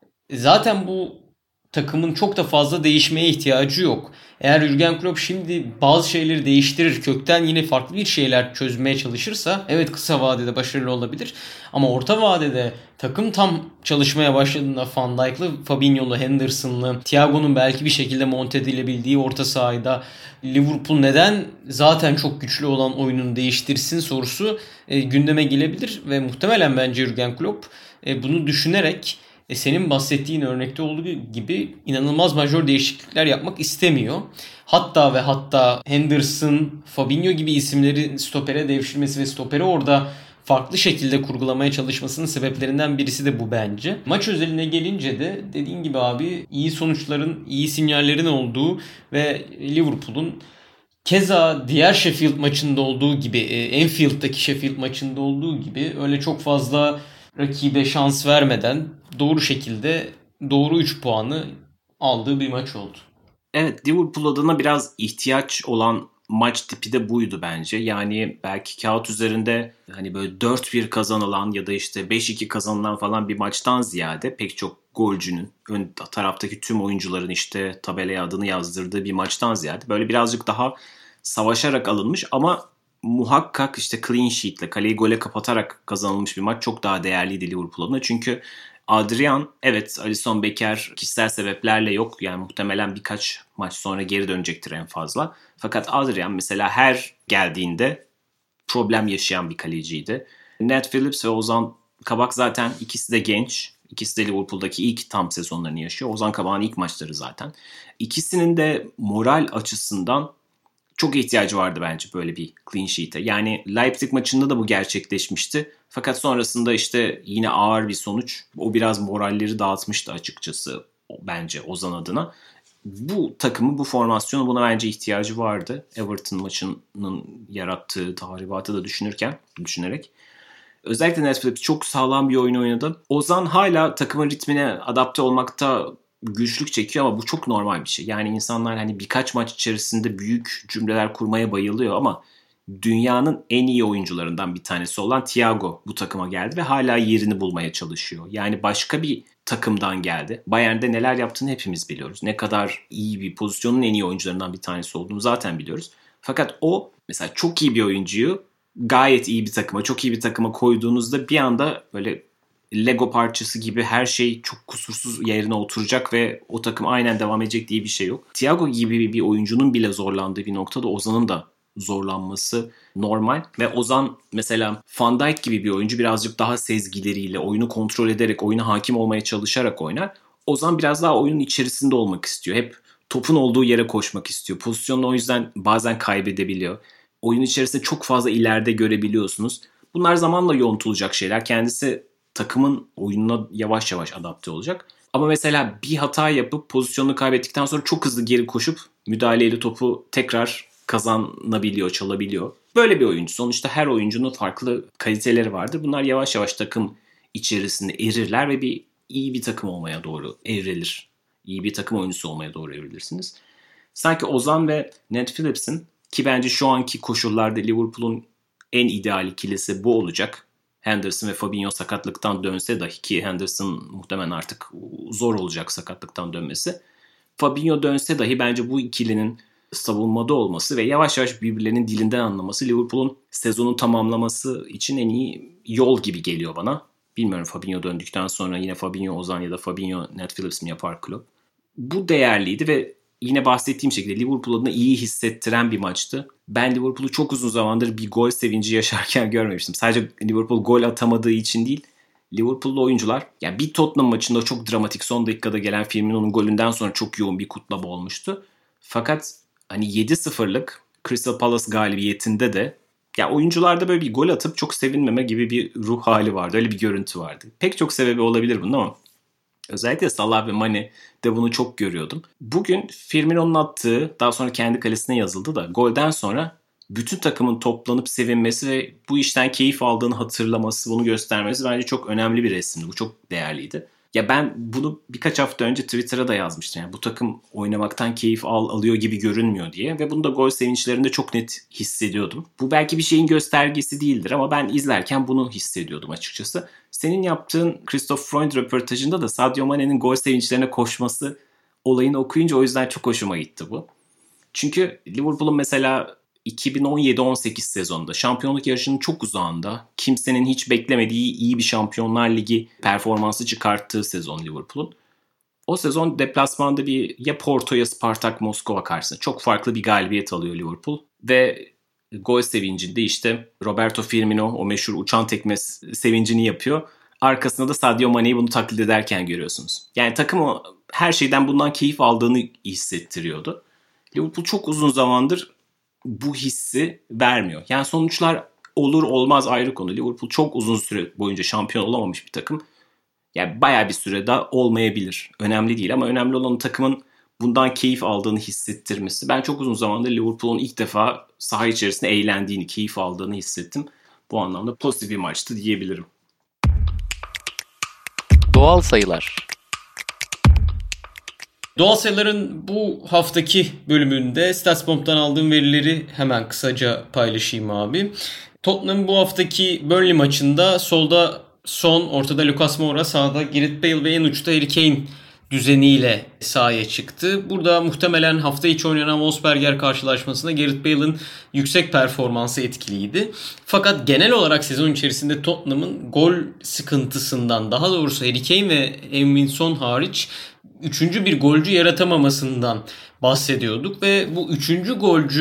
zaten bu takımın çok da fazla değişmeye ihtiyacı yok. Eğer Jürgen Klopp şimdi bazı şeyleri değiştirir, kökten yine farklı bir şeyler çözmeye çalışırsa evet kısa vadede başarılı olabilir. Ama orta vadede takım tam çalışmaya başladığında Van Dijk'lı, Fabinho'lu, Henderson'lı, Thiago'nun belki bir şekilde monte edilebildiği orta sahada Liverpool neden zaten çok güçlü olan oyununu değiştirsin sorusu e, gündeme gelebilir ve muhtemelen bence Jürgen Klopp e, bunu düşünerek E senin bahsettiğin örnekte olduğu gibi inanılmaz majör değişiklikler yapmak istemiyor. Hatta ve hatta Henderson, Fabinho gibi isimleri stopere devşirmesi ve stoperi orada farklı şekilde kurgulamaya çalışmasının sebeplerinden birisi de bu bence. Maç özeline gelince de dediğin gibi abi iyi sonuçların, iyi sinyallerin olduğu ve Liverpool'un keza diğer Sheffield maçında olduğu gibi, Anfield'daki Sheffield maçında olduğu gibi öyle çok fazla rakibe şans vermeden doğru şekilde doğru üç puanı aldığı bir maç oldu. Evet, Liverpool adına biraz ihtiyaç olan maç tipi de buydu bence. Yani belki kağıt üzerinde hani böyle dört bir kazanılan ya da işte beş iki kazanılan falan bir maçtan ziyade pek çok golcünün, ön taraftaki tüm oyuncuların işte tabelaya adını yazdırdığı bir maçtan ziyade böyle birazcık daha savaşarak alınmış ama muhakkak işte clean sheet'le kaleyi gole kapatarak kazanılmış bir maç çok daha değerliydi Liverpool adına. Çünkü Adrian evet Alisson Becker kişisel sebeplerle yok. Yani muhtemelen birkaç maç sonra geri dönecektir en fazla. Fakat Adrian mesela her geldiğinde problem yaşayan bir kaleciydi. Nat Phillips ve Ozan Kabak zaten ikisi de genç. İkisi de Liverpool'daki ilk tam sezonlarını yaşıyor. Ozan Kabak'ın ilk maçları zaten. İkisinin de moral açısından çok ihtiyacı vardı bence böyle bir clean sheet'e. Yani Leipzig maçında da bu gerçekleşmişti. Fakat sonrasında işte yine ağır bir sonuç. O biraz moralleri dağıtmıştı açıkçası bence Ozan adına. Bu takımın, bu formasyonu buna bence ihtiyacı vardı. Everton maçının yarattığı tahribatı da düşünürken, düşünerek. Özellikle Nat Phillips çok sağlam bir oyun oynadı. Ozan hala takımın ritmine adapte olmakta güçlük çekiyor ama bu çok normal bir şey. Yani insanlar hani birkaç maç içerisinde büyük cümleler kurmaya bayılıyor ama dünyanın en iyi oyuncularından bir tanesi olan Thiago bu takıma geldi ve hala yerini bulmaya çalışıyor. Yani başka bir takımdan geldi. Bayern'de neler yaptığını hepimiz biliyoruz. Ne kadar iyi bir pozisyonun en iyi oyuncularından bir tanesi olduğunu zaten biliyoruz. Fakat o mesela çok iyi bir oyuncuyu gayet iyi bir takıma, çok iyi bir takıma koyduğunuzda bir anda böyle Lego parçası gibi her şey çok kusursuz yerine oturacak ve o takım aynen devam edecek diye bir şey yok. Thiago gibi bir oyuncunun bile zorlandığı bir noktada Ozan'ın da zorlanması normal. Ve Ozan mesela Van Dijk gibi bir oyuncu birazcık daha sezgileriyle, oyunu kontrol ederek, oyuna hakim olmaya çalışarak oynar. Ozan biraz daha oyunun içerisinde olmak istiyor. Hep topun olduğu yere koşmak istiyor. Pozisyonunu o yüzden bazen kaybedebiliyor. Oyun içerisinde çok fazla ileride görebiliyorsunuz. Bunlar zamanla yontulacak şeyler. Kendisi takımın oyununa yavaş yavaş adapte olacak. Ama mesela bir hata yapıp pozisyonunu kaybettikten sonra çok hızlı geri koşup müdahaleyle topu tekrar kazanabiliyor, çalabiliyor. Böyle bir oyuncu. Sonuçta her oyuncunun farklı kaliteleri vardır. Bunlar yavaş yavaş takım içerisinde erirler ve bir iyi bir takım olmaya doğru evrilir. İyi bir takım oyuncusu olmaya doğru evrilirsiniz. Sanki Ozan ve Nat Phillips'in, ki bence şu anki koşullarda Liverpool'un en ideal ikilisi bu olacak. Henderson ve Fabinho sakatlıktan dönse dahi, ki Henderson muhtemelen artık zor olacak sakatlıktan dönmesi. Fabinho dönse dahi bence bu ikilinin savunmada olması ve yavaş yavaş birbirlerinin dilinden anlaması Liverpool'un sezonu tamamlaması için en iyi yol gibi geliyor bana. Bilmiyorum, Fabinho döndükten sonra yine Fabinho Ozan ya da Fabinho Nat Phillips mi yapar Klopp. Bu değerliydi ve yine bahsettiğim şekilde Liverpool adına iyi hissettiren bir maçtı. Ben Liverpool'u çok uzun zamandır bir gol sevinci yaşarken görmemiştim. Sadece Liverpool gol atamadığı için değil, Liverpool'lu oyuncular, yani bir Tottenham maçında çok dramatik son dakikada gelen Firmino'nun golünden sonra çok yoğun bir kutlama olmuştu. Fakat hani yedi sıfırlık Crystal Palace galibiyetinde de ya oyuncularda böyle bir gol atıp çok sevinmeme gibi bir ruh hali vardı. Öyle bir görüntü vardı. Pek çok sebebi olabilir bunun ama özellikle Salah ve Mane de bunu çok görüyordum. Bugün Firmino'nun attığı, daha sonra kendi kalesine yazıldı da, golden sonra bütün takımın toplanıp sevinmesi ve bu işten keyif aldığını hatırlaması, bunu göstermesi bence çok önemli bir resimdi. Bu çok değerliydi. Ya ben bunu birkaç hafta önce Twitter'a da yazmıştım. Yani bu takım oynamaktan keyif al, alıyor gibi görünmüyor diye. Ve bunu da gol sevinçlerinde çok net hissediyordum. Bu belki bir şeyin göstergesi değildir ama ben izlerken bunu hissediyordum açıkçası. Senin yaptığın Christoph Freund röportajında da Sadio Mane'nin gol sevinçlerine koşması olayını okuyunca o yüzden çok hoşuma gitti bu. Çünkü Liverpool'un mesela iki bin on yedi on sekiz sezonunda şampiyonluk yarışının çok uzağında, kimsenin hiç beklemediği iyi bir Şampiyonlar Ligi performansı çıkarttığı sezon Liverpool'un. O sezon deplasmanda bir ya Porto ya Spartak Moskova karşısında çok farklı bir galibiyet alıyor Liverpool. Ve gol sevincinde işte Roberto Firmino o meşhur uçan tekme sevincini yapıyor. Arkasında da Sadio Mane'yi bunu taklit ederken görüyorsunuz. Yani takım o her şeyden bundan keyif aldığını hissettiriyordu. Liverpool çok uzun zamandır bu hissi vermiyor. Yani sonuçlar olur olmaz ayrı konu. Liverpool çok uzun süre boyunca şampiyon olamamış bir takım. Yani bayağı bir süre daha olmayabilir. Önemli değil ama önemli olan takımın bundan keyif aldığını hissettirmesi. Ben çok uzun zamandır Liverpool'un ilk defa saha içerisinde eğlendiğini, keyif aldığını hissettim. Bu anlamda pozitif bir maçtı diyebilirim. Doğal sayılar. Doğal sayıların bu haftaki bölümünde StatsBomb'dan aldığım verileri hemen kısaca paylaşayım abi. Tottenham bu haftaki Burnley maçında solda Son, ortada Lucas Moura, sağda Gareth Bale ve en uçta Harry Kane düzeniyle sahaya çıktı. Burada muhtemelen hafta içi oynanan Wolfsberger karşılaşmasında Gareth Bale'ın yüksek performansı etkiliydi. Fakat genel olarak sezon içerisinde Tottenham'ın gol sıkıntısından, daha doğrusu Harry Kane ve Heung-min Son hariç üçüncü bir golcü yaratamamasından bahsediyorduk ve bu üçüncü golcü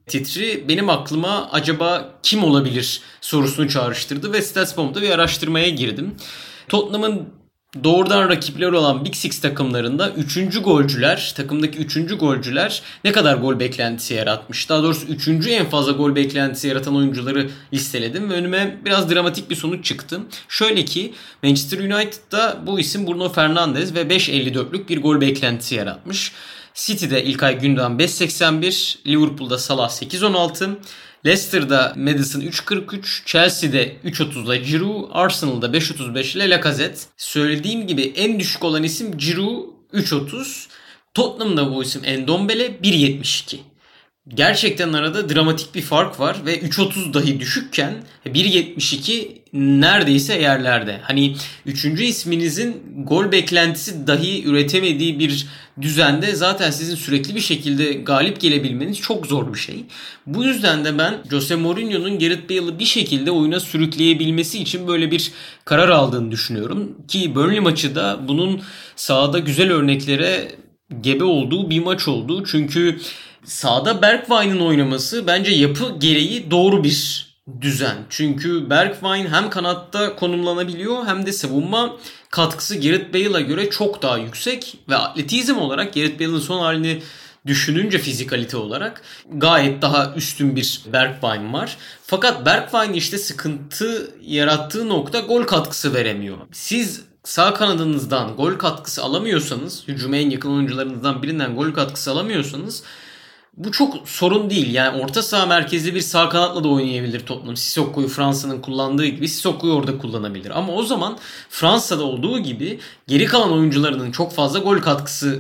titri benim aklıma acaba kim olabilir sorusunu çağrıştırdı ve StatsBomb'da bir araştırmaya girdim. Tottenham'ın doğrudan rakipleri olan Big Six takımlarında üçüncü golcüler, takımdaki üçüncü golcüler ne kadar gol beklentisi yaratmış? Daha doğrusu üçüncü en fazla gol beklentisi yaratan oyuncuları listeledim ve önüme biraz dramatik bir sonuç çıktı. Şöyle ki Manchester United'da bu isim Bruno Fernandes ve beş virgül elli dörtlük bir gol beklentisi yaratmış. City'de İlkay Gündoğan beş virgül seksen bir, Liverpool'da Salah sekiz virgül on altı, Leicester'da Maddison üç virgül kırk üç, Chelsea'de üç virgül otuzla Giroud, Arsenal'da beş virgül otuz beş ile Lacazette. Söylediğim gibi en düşük olan isim Giroud üç virgül otuz. Tottenham'da bu isim Ndombele bir virgül yetmiş iki. Gerçekten arada dramatik bir fark var ve üç virgül otuz dahi düşükken bir virgül yetmiş iki neredeyse yerlerde. Hani üçüncü isminizin gol beklentisi dahi üretemediği bir düzende zaten sizin sürekli bir şekilde galip gelebilmeniz çok zor bir şey. Bu yüzden de ben Jose Mourinho'nun Gareth Bale'ı bir şekilde oyuna sürükleyebilmesi için böyle bir karar aldığını düşünüyorum. Ki Burnley maçı da bunun sahada güzel örneklere gebe olduğu bir maç oldu. Çünkü sahada Bergwijn'in oynaması bence yapı gereği doğru bir düzen. Çünkü Bergwijn hem kanatta konumlanabiliyor hem de savunma katkısı Gareth Bale'a göre çok daha yüksek ve atletizm olarak Gareth Bale'ın son halini düşününce fizikalite olarak gayet daha üstün bir Bergwijn var. Fakat Bergwijn işte sıkıntı yarattığı nokta gol katkısı veremiyor. Siz sağ kanadınızdan gol katkısı alamıyorsanız, hücuma en yakın oyuncularınızdan birinden gol katkısı alamıyorsanız bu çok sorun değil. Yani orta saha merkezli bir sağ kanatla da oynayabilir Tottenham. Sissoko'yu Fransa'nın kullandığı gibi Sissoko'yu orada kullanabilir. Ama o zaman Fransa'da olduğu gibi geri kalan oyuncularının çok fazla gol katkısı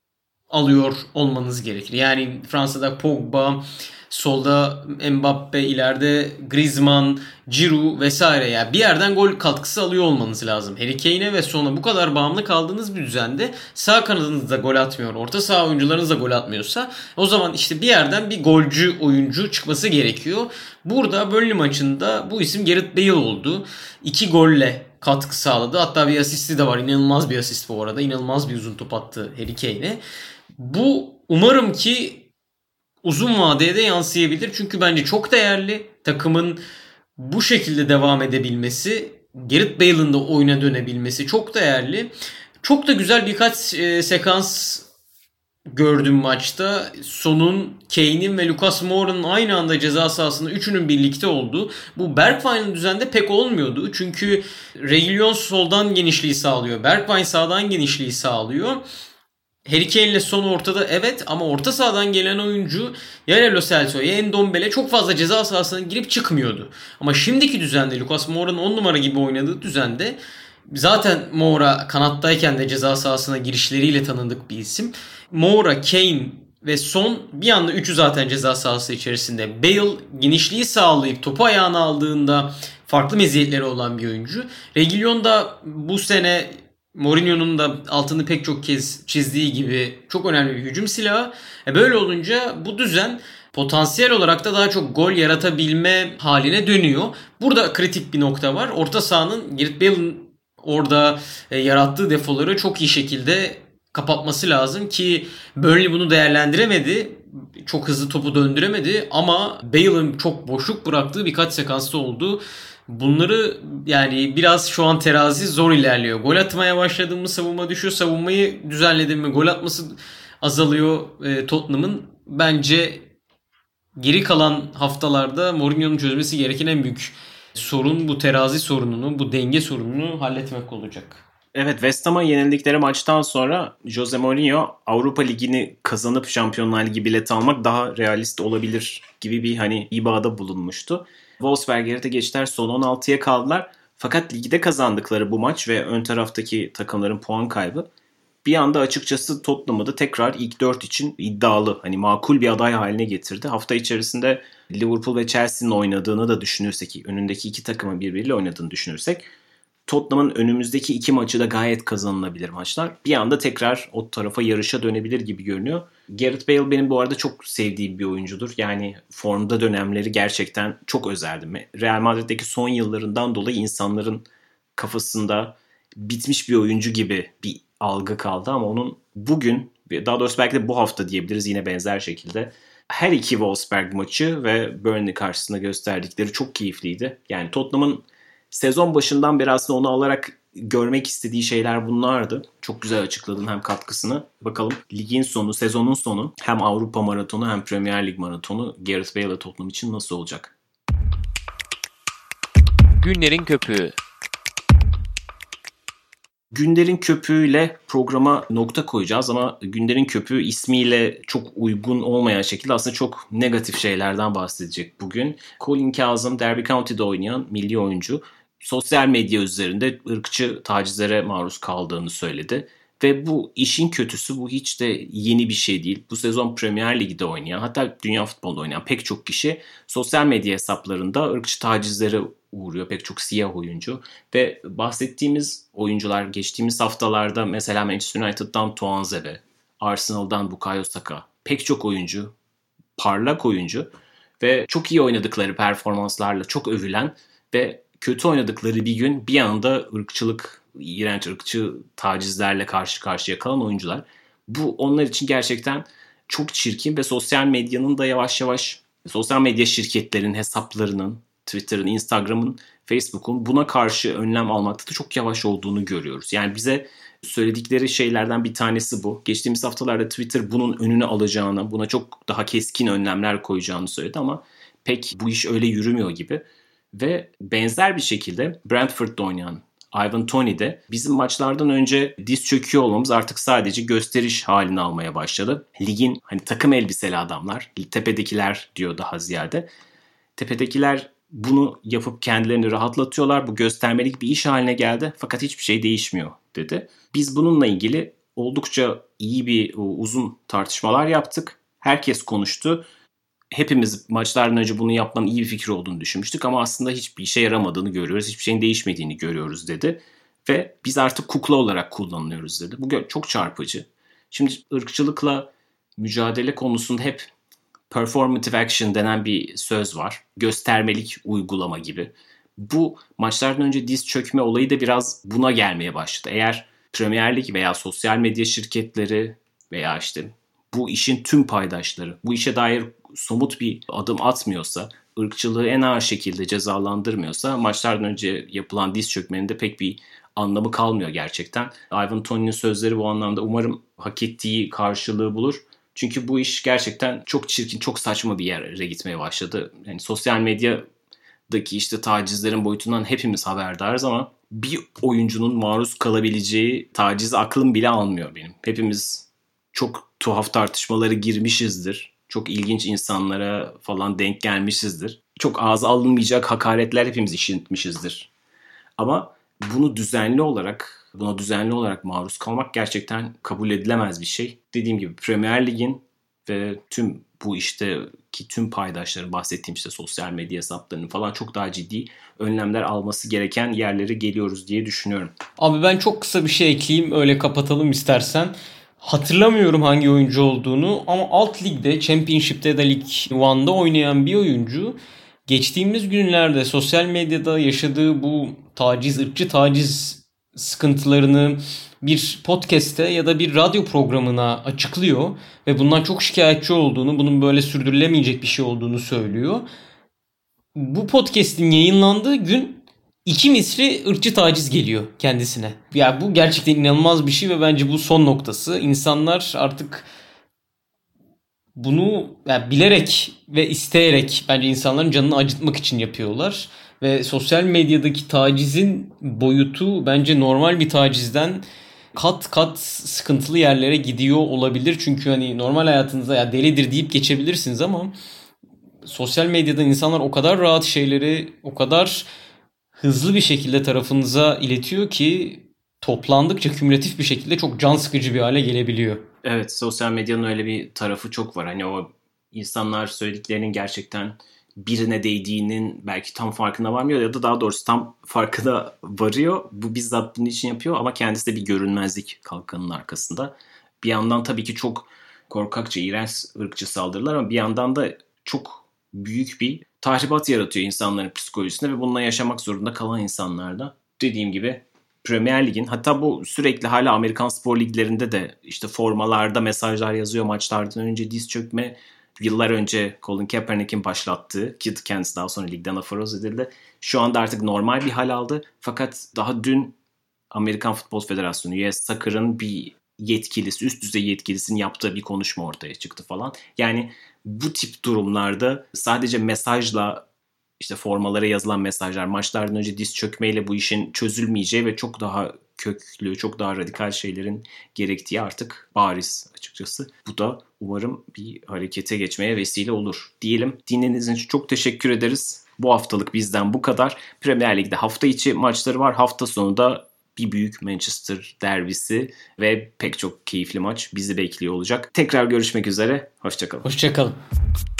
alıyor olmanız gerekir. Yani Fransa'da Pogba, solda Mbappe, ileride Griezmann, Giroud vesaire, yani bir yerden gol katkısı alıyor olmanız lazım. Harry Kane'e ve Son'a bu kadar bağımlı kaldığınız bir düzende sağ kanadınız da gol atmıyor, orta saha oyuncularınız da gol atmıyorsa o zaman işte bir yerden bir golcü oyuncu çıkması gerekiyor. Burada Burnley maçında bu isim Gareth Bale oldu. İki golle katkı sağladı. Hatta bir asisti de var. İnanılmaz bir asist bu arada. İnanılmaz bir uzun top attı Harry Kane'e. Bu umarım ki uzun vadeye de yansıyabilir. Çünkü bence çok değerli. Takımın bu şekilde devam edebilmesi, Gareth Bale'ın da oyuna dönebilmesi çok değerli. Çok da güzel birkaç e, sekans gördüm maçta. Son'un, Kane'in ve Lucas Moura'nın aynı anda ceza sahasında üçünün birlikte olduğu. Bu Bergwijn'in düzende pek olmuyordu. Çünkü Reguilon soldan genişliği sağlıyor. Bergwijn sağdan genişliği sağlıyor. Harry Kane ile Son ortada, evet, ama orta sahadan gelen oyuncu ya Lo Celso ya Ndombele çok fazla ceza sahasına girip çıkmıyordu. Ama şimdiki düzende, Lucas Moura'nın on numara gibi oynadığı düzende, zaten Moura kanattayken de ceza sahasına girişleriyle tanındık bir isim. Moura, Kane ve Son, bir anda üçü zaten ceza sahası içerisinde. Bale genişliği sağlayıp topu ayağına aldığında farklı meziyetleri olan bir oyuncu. Reguilon da bu sene Mourinho'nun da altını pek çok kez çizdiği gibi çok önemli bir hücum silahı. E böyle olunca bu düzen potansiyel olarak da daha çok gol yaratabilme haline dönüyor. Burada kritik bir nokta var. Orta sahanın Gareth Bale'ın orada e, yarattığı defoları çok iyi şekilde kapatması lazım ki Burnley bunu değerlendiremedi. Çok hızlı topu döndüremedi ama Bale'ın çok boşluk bıraktığı birkaç sekansta oldu. Bunları, yani biraz şu an terazi zor ilerliyor. Gol atmaya başladı mı savunma düşüyor. Savunmayı düzenledi mi gol atması azalıyor e, Tottenham'ın. Bence geri kalan haftalarda Mourinho'nun çözmesi gereken en büyük sorun bu terazi sorununu, bu denge sorununu halletmek olacak. Evet, West Ham'a yenildikleri maçtan sonra Jose Mourinho Avrupa Ligi'ni kazanıp Şampiyonlar Ligi bileti almak daha realist olabilir gibi bir hani ibada bulunmuştu. Wolfsberger'e de geçtiler, son on altıya kaldılar. Fakat ligde kazandıkları bu maç ve ön taraftaki takımların puan kaybı bir anda açıkçası Tottenham'ı da tekrar ilk dört için iddialı, hani makul bir aday haline getirdi. Hafta içerisinde Liverpool ve Chelsea'nin oynadığını da düşünürsek, önündeki iki takımın birbiriyle oynadığını düşünürsek, Tottenham'ın önümüzdeki iki maçı da gayet kazanılabilir maçlar. Bir anda tekrar o tarafa yarışa dönebilir gibi görünüyor. Gareth Bale benim bu arada çok sevdiğim bir oyuncudur. Yani formda dönemleri gerçekten çok özerdim. Real Madrid'deki son yıllarından dolayı insanların kafasında bitmiş bir oyuncu gibi bir algı kaldı. Ama onun bugün, daha doğrusu belki de bu hafta diyebiliriz yine benzer şekilde, Her iki Wolfsburg maçı ve Burnley karşısında gösterdikleri çok keyifliydi. Yani Tottenham'ın sezon başından beri aslında onu alarak görmek istediği şeyler bunlardı. Çok güzel açıkladın hem katkısını. Bakalım ligin sonu, sezonun sonu hem Avrupa maratonu hem Premier Lig maratonu Gareth Bale ile Tottenham için nasıl olacak? Günlerin köpüğü. Günlerin köpüğüyle programa nokta koyacağız ama Günlerin köpüğü ismiyle çok uygun olmayan şekilde aslında çok negatif şeylerden bahsedecek bugün. Colin Kazım, Derby County'de oynayan milli oyuncu, sosyal medya üzerinde ırkçı tacizlere maruz kaldığını söyledi. Ve bu işin kötüsü, bu hiç de yeni bir şey değil. Bu sezon Premier Lig'de oynayan, hatta dünya futbolunda oynayan pek çok kişi sosyal medya hesaplarında ırkçı tacizlere uğruyor. Pek çok siyah oyuncu. Ve bahsettiğimiz oyuncular geçtiğimiz haftalarda mesela Manchester United'dan Tuanzebe, Arsenal'dan Bukayo Saka, pek çok oyuncu, parlak oyuncu ve çok iyi oynadıkları performanslarla çok övülen ve kötü oynadıkları bir gün bir anda ırkçılık, iğrenç ırkçı tacizlerle karşı karşıya kalan oyuncular. Bu onlar için gerçekten çok çirkin ve sosyal medyanın da yavaş yavaş, sosyal medya şirketlerin hesaplarının, Twitter'ın, Instagram'ın, Facebook'un buna karşı önlem almakta da çok yavaş olduğunu görüyoruz. Yani bize söyledikleri şeylerden bir tanesi bu. Geçtiğimiz haftalarda Twitter bunun önünü alacağını, buna çok daha keskin önlemler koyacağını söyledi ama pek bu iş öyle yürümüyor gibi. Ve benzer bir şekilde Brentford'da oynayan Ivan Toney de bizim maçlardan önce diz çöküyor olmamız artık sadece gösteriş halini almaya başladı. Ligin hani takım elbiseli adamlar, tepedekiler diyor daha ziyade. Tepedekiler bunu yapıp kendilerini rahatlatıyorlar. Bu göstermelik bir iş haline geldi fakat hiçbir şey değişmiyor dedi. Biz bununla ilgili oldukça iyi bir uzun tartışmalar yaptık. Herkes konuştu. Hepimiz maçlardan önce bunu yapmanın iyi bir fikir olduğunu düşünmüştük ama aslında hiçbir işe yaramadığını görüyoruz. Hiçbir şeyin değişmediğini görüyoruz dedi. Ve biz artık kukla olarak kullanılıyoruz dedi. Bu çok çarpıcı. Şimdi ırkçılıkla mücadele konusunda hep performative action denen bir söz var. Göstermelik uygulama gibi. Bu maçlardan önce diz çökme olayı da biraz buna gelmeye başladı. Eğer Premier Lig veya sosyal medya şirketleri veya işte bu işin tüm paydaşları bu işe dair somut bir adım atmıyorsa, ırkçılığı en ağır şekilde cezalandırmıyorsa maçlardan önce yapılan diz çökmenin de pek bir anlamı kalmıyor gerçekten. Ivan Toney'nin sözleri bu anlamda umarım hak ettiği karşılığı bulur. Çünkü bu iş gerçekten çok çirkin, çok saçma bir yere gitmeye başladı. Yani sosyal medyadaki işte tacizlerin boyutundan hepimiz haberdarız ama bir oyuncunun maruz kalabileceği taciz aklım bile almıyor benim. Hepimiz çok tuhaf tartışmalara girmişizdir. Çok ilginç insanlara falan denk gelmişizdir. Çok ağza alınmayacak hakaretler hepimiz işitmişizdir. Ama bunu düzenli olarak, buna düzenli olarak maruz kalmak gerçekten kabul edilemez bir şey. Dediğim gibi Premier Lig'in ve tüm bu işteki tüm paydaşların bahsettiğim işte sosyal medya hesaplarının falan çok daha ciddi önlemler alması gereken yerlere geliyoruz diye düşünüyorum. Abi ben çok kısa bir şey ekleyeyim, öyle kapatalım istersen. Hatırlamıyorum hangi oyuncu olduğunu ama alt ligde, Championship'te ya da Lig bir'de oynayan bir oyuncu geçtiğimiz günlerde sosyal medyada yaşadığı bu taciz, ırkçı taciz sıkıntılarını bir podcast'te ya da bir radyo programına açıklıyor ve bundan çok şikayetçi olduğunu, bunun böyle sürdürülemeyecek bir şey olduğunu söylüyor. Bu podcast'in yayınlandığı gün iki misli ırkçı taciz geliyor kendisine. Ya bu gerçekten inanılmaz bir şey ve bence bu son noktası. İnsanlar artık bunu yani bilerek ve isteyerek bence insanların canını acıtmak için yapıyorlar. Ve sosyal medyadaki tacizin boyutu bence normal bir tacizden kat kat sıkıntılı yerlere gidiyor olabilir. Çünkü hani normal hayatınızda ya delidir deyip geçebilirsiniz ama sosyal medyada insanlar o kadar rahat şeyleri, o kadar hızlı bir şekilde tarafınıza iletiyor ki toplandıkça kümülatif bir şekilde çok can sıkıcı bir hale gelebiliyor. Evet, sosyal medyanın öyle bir tarafı çok var. Hani o insanlar söylediklerinin gerçekten birine değdiğinin belki tam farkına varmıyor ya da daha doğrusu tam farkına varıyor. Bu bizzat bunun için yapıyor ama kendisi de bir görünmezlik kalkanının arkasında. Bir yandan tabii ki çok korkakça, iğrenç ırkçı saldırılar ama bir yandan da çok büyük bir tahribat yaratıyor insanların psikolojisinde ve bununla yaşamak zorunda kalan insanlarda. Dediğim gibi Premier Lig'in, hatta bu sürekli hala Amerikan spor liglerinde de işte formalarda mesajlar yazıyor, maçlardan önce diz çökme yıllar önce Colin Kaepernick'in başlattığı, ki kendisi daha sonra ligden aforoz edildi. Şu anda artık normal bir hal aldı. Fakat daha dün Amerikan Futbol Federasyonu, U S Soccer'ın bir yetkilisi, üst düzey yetkilisinin yaptığı bir konuşma ortaya çıktı falan. Yani bu tip durumlarda sadece mesajla, işte formalara yazılan mesajlar, maçlardan önce diz çökmeyle bu işin çözülmeyeceği ve çok daha köklü, çok daha radikal şeylerin gerektiği artık bariz açıkçası. Bu da umarım bir harekete geçmeye vesile olur diyelim. Dinlediğiniz için çok teşekkür ederiz. Bu haftalık bizden bu kadar. Premier Lig'de hafta içi maçları var. Hafta sonu da bir büyük Manchester derbisi ve pek çok keyifli maç bizi bekliyor olacak. Tekrar görüşmek üzere. Hoşça kalın. Hoşça kalın.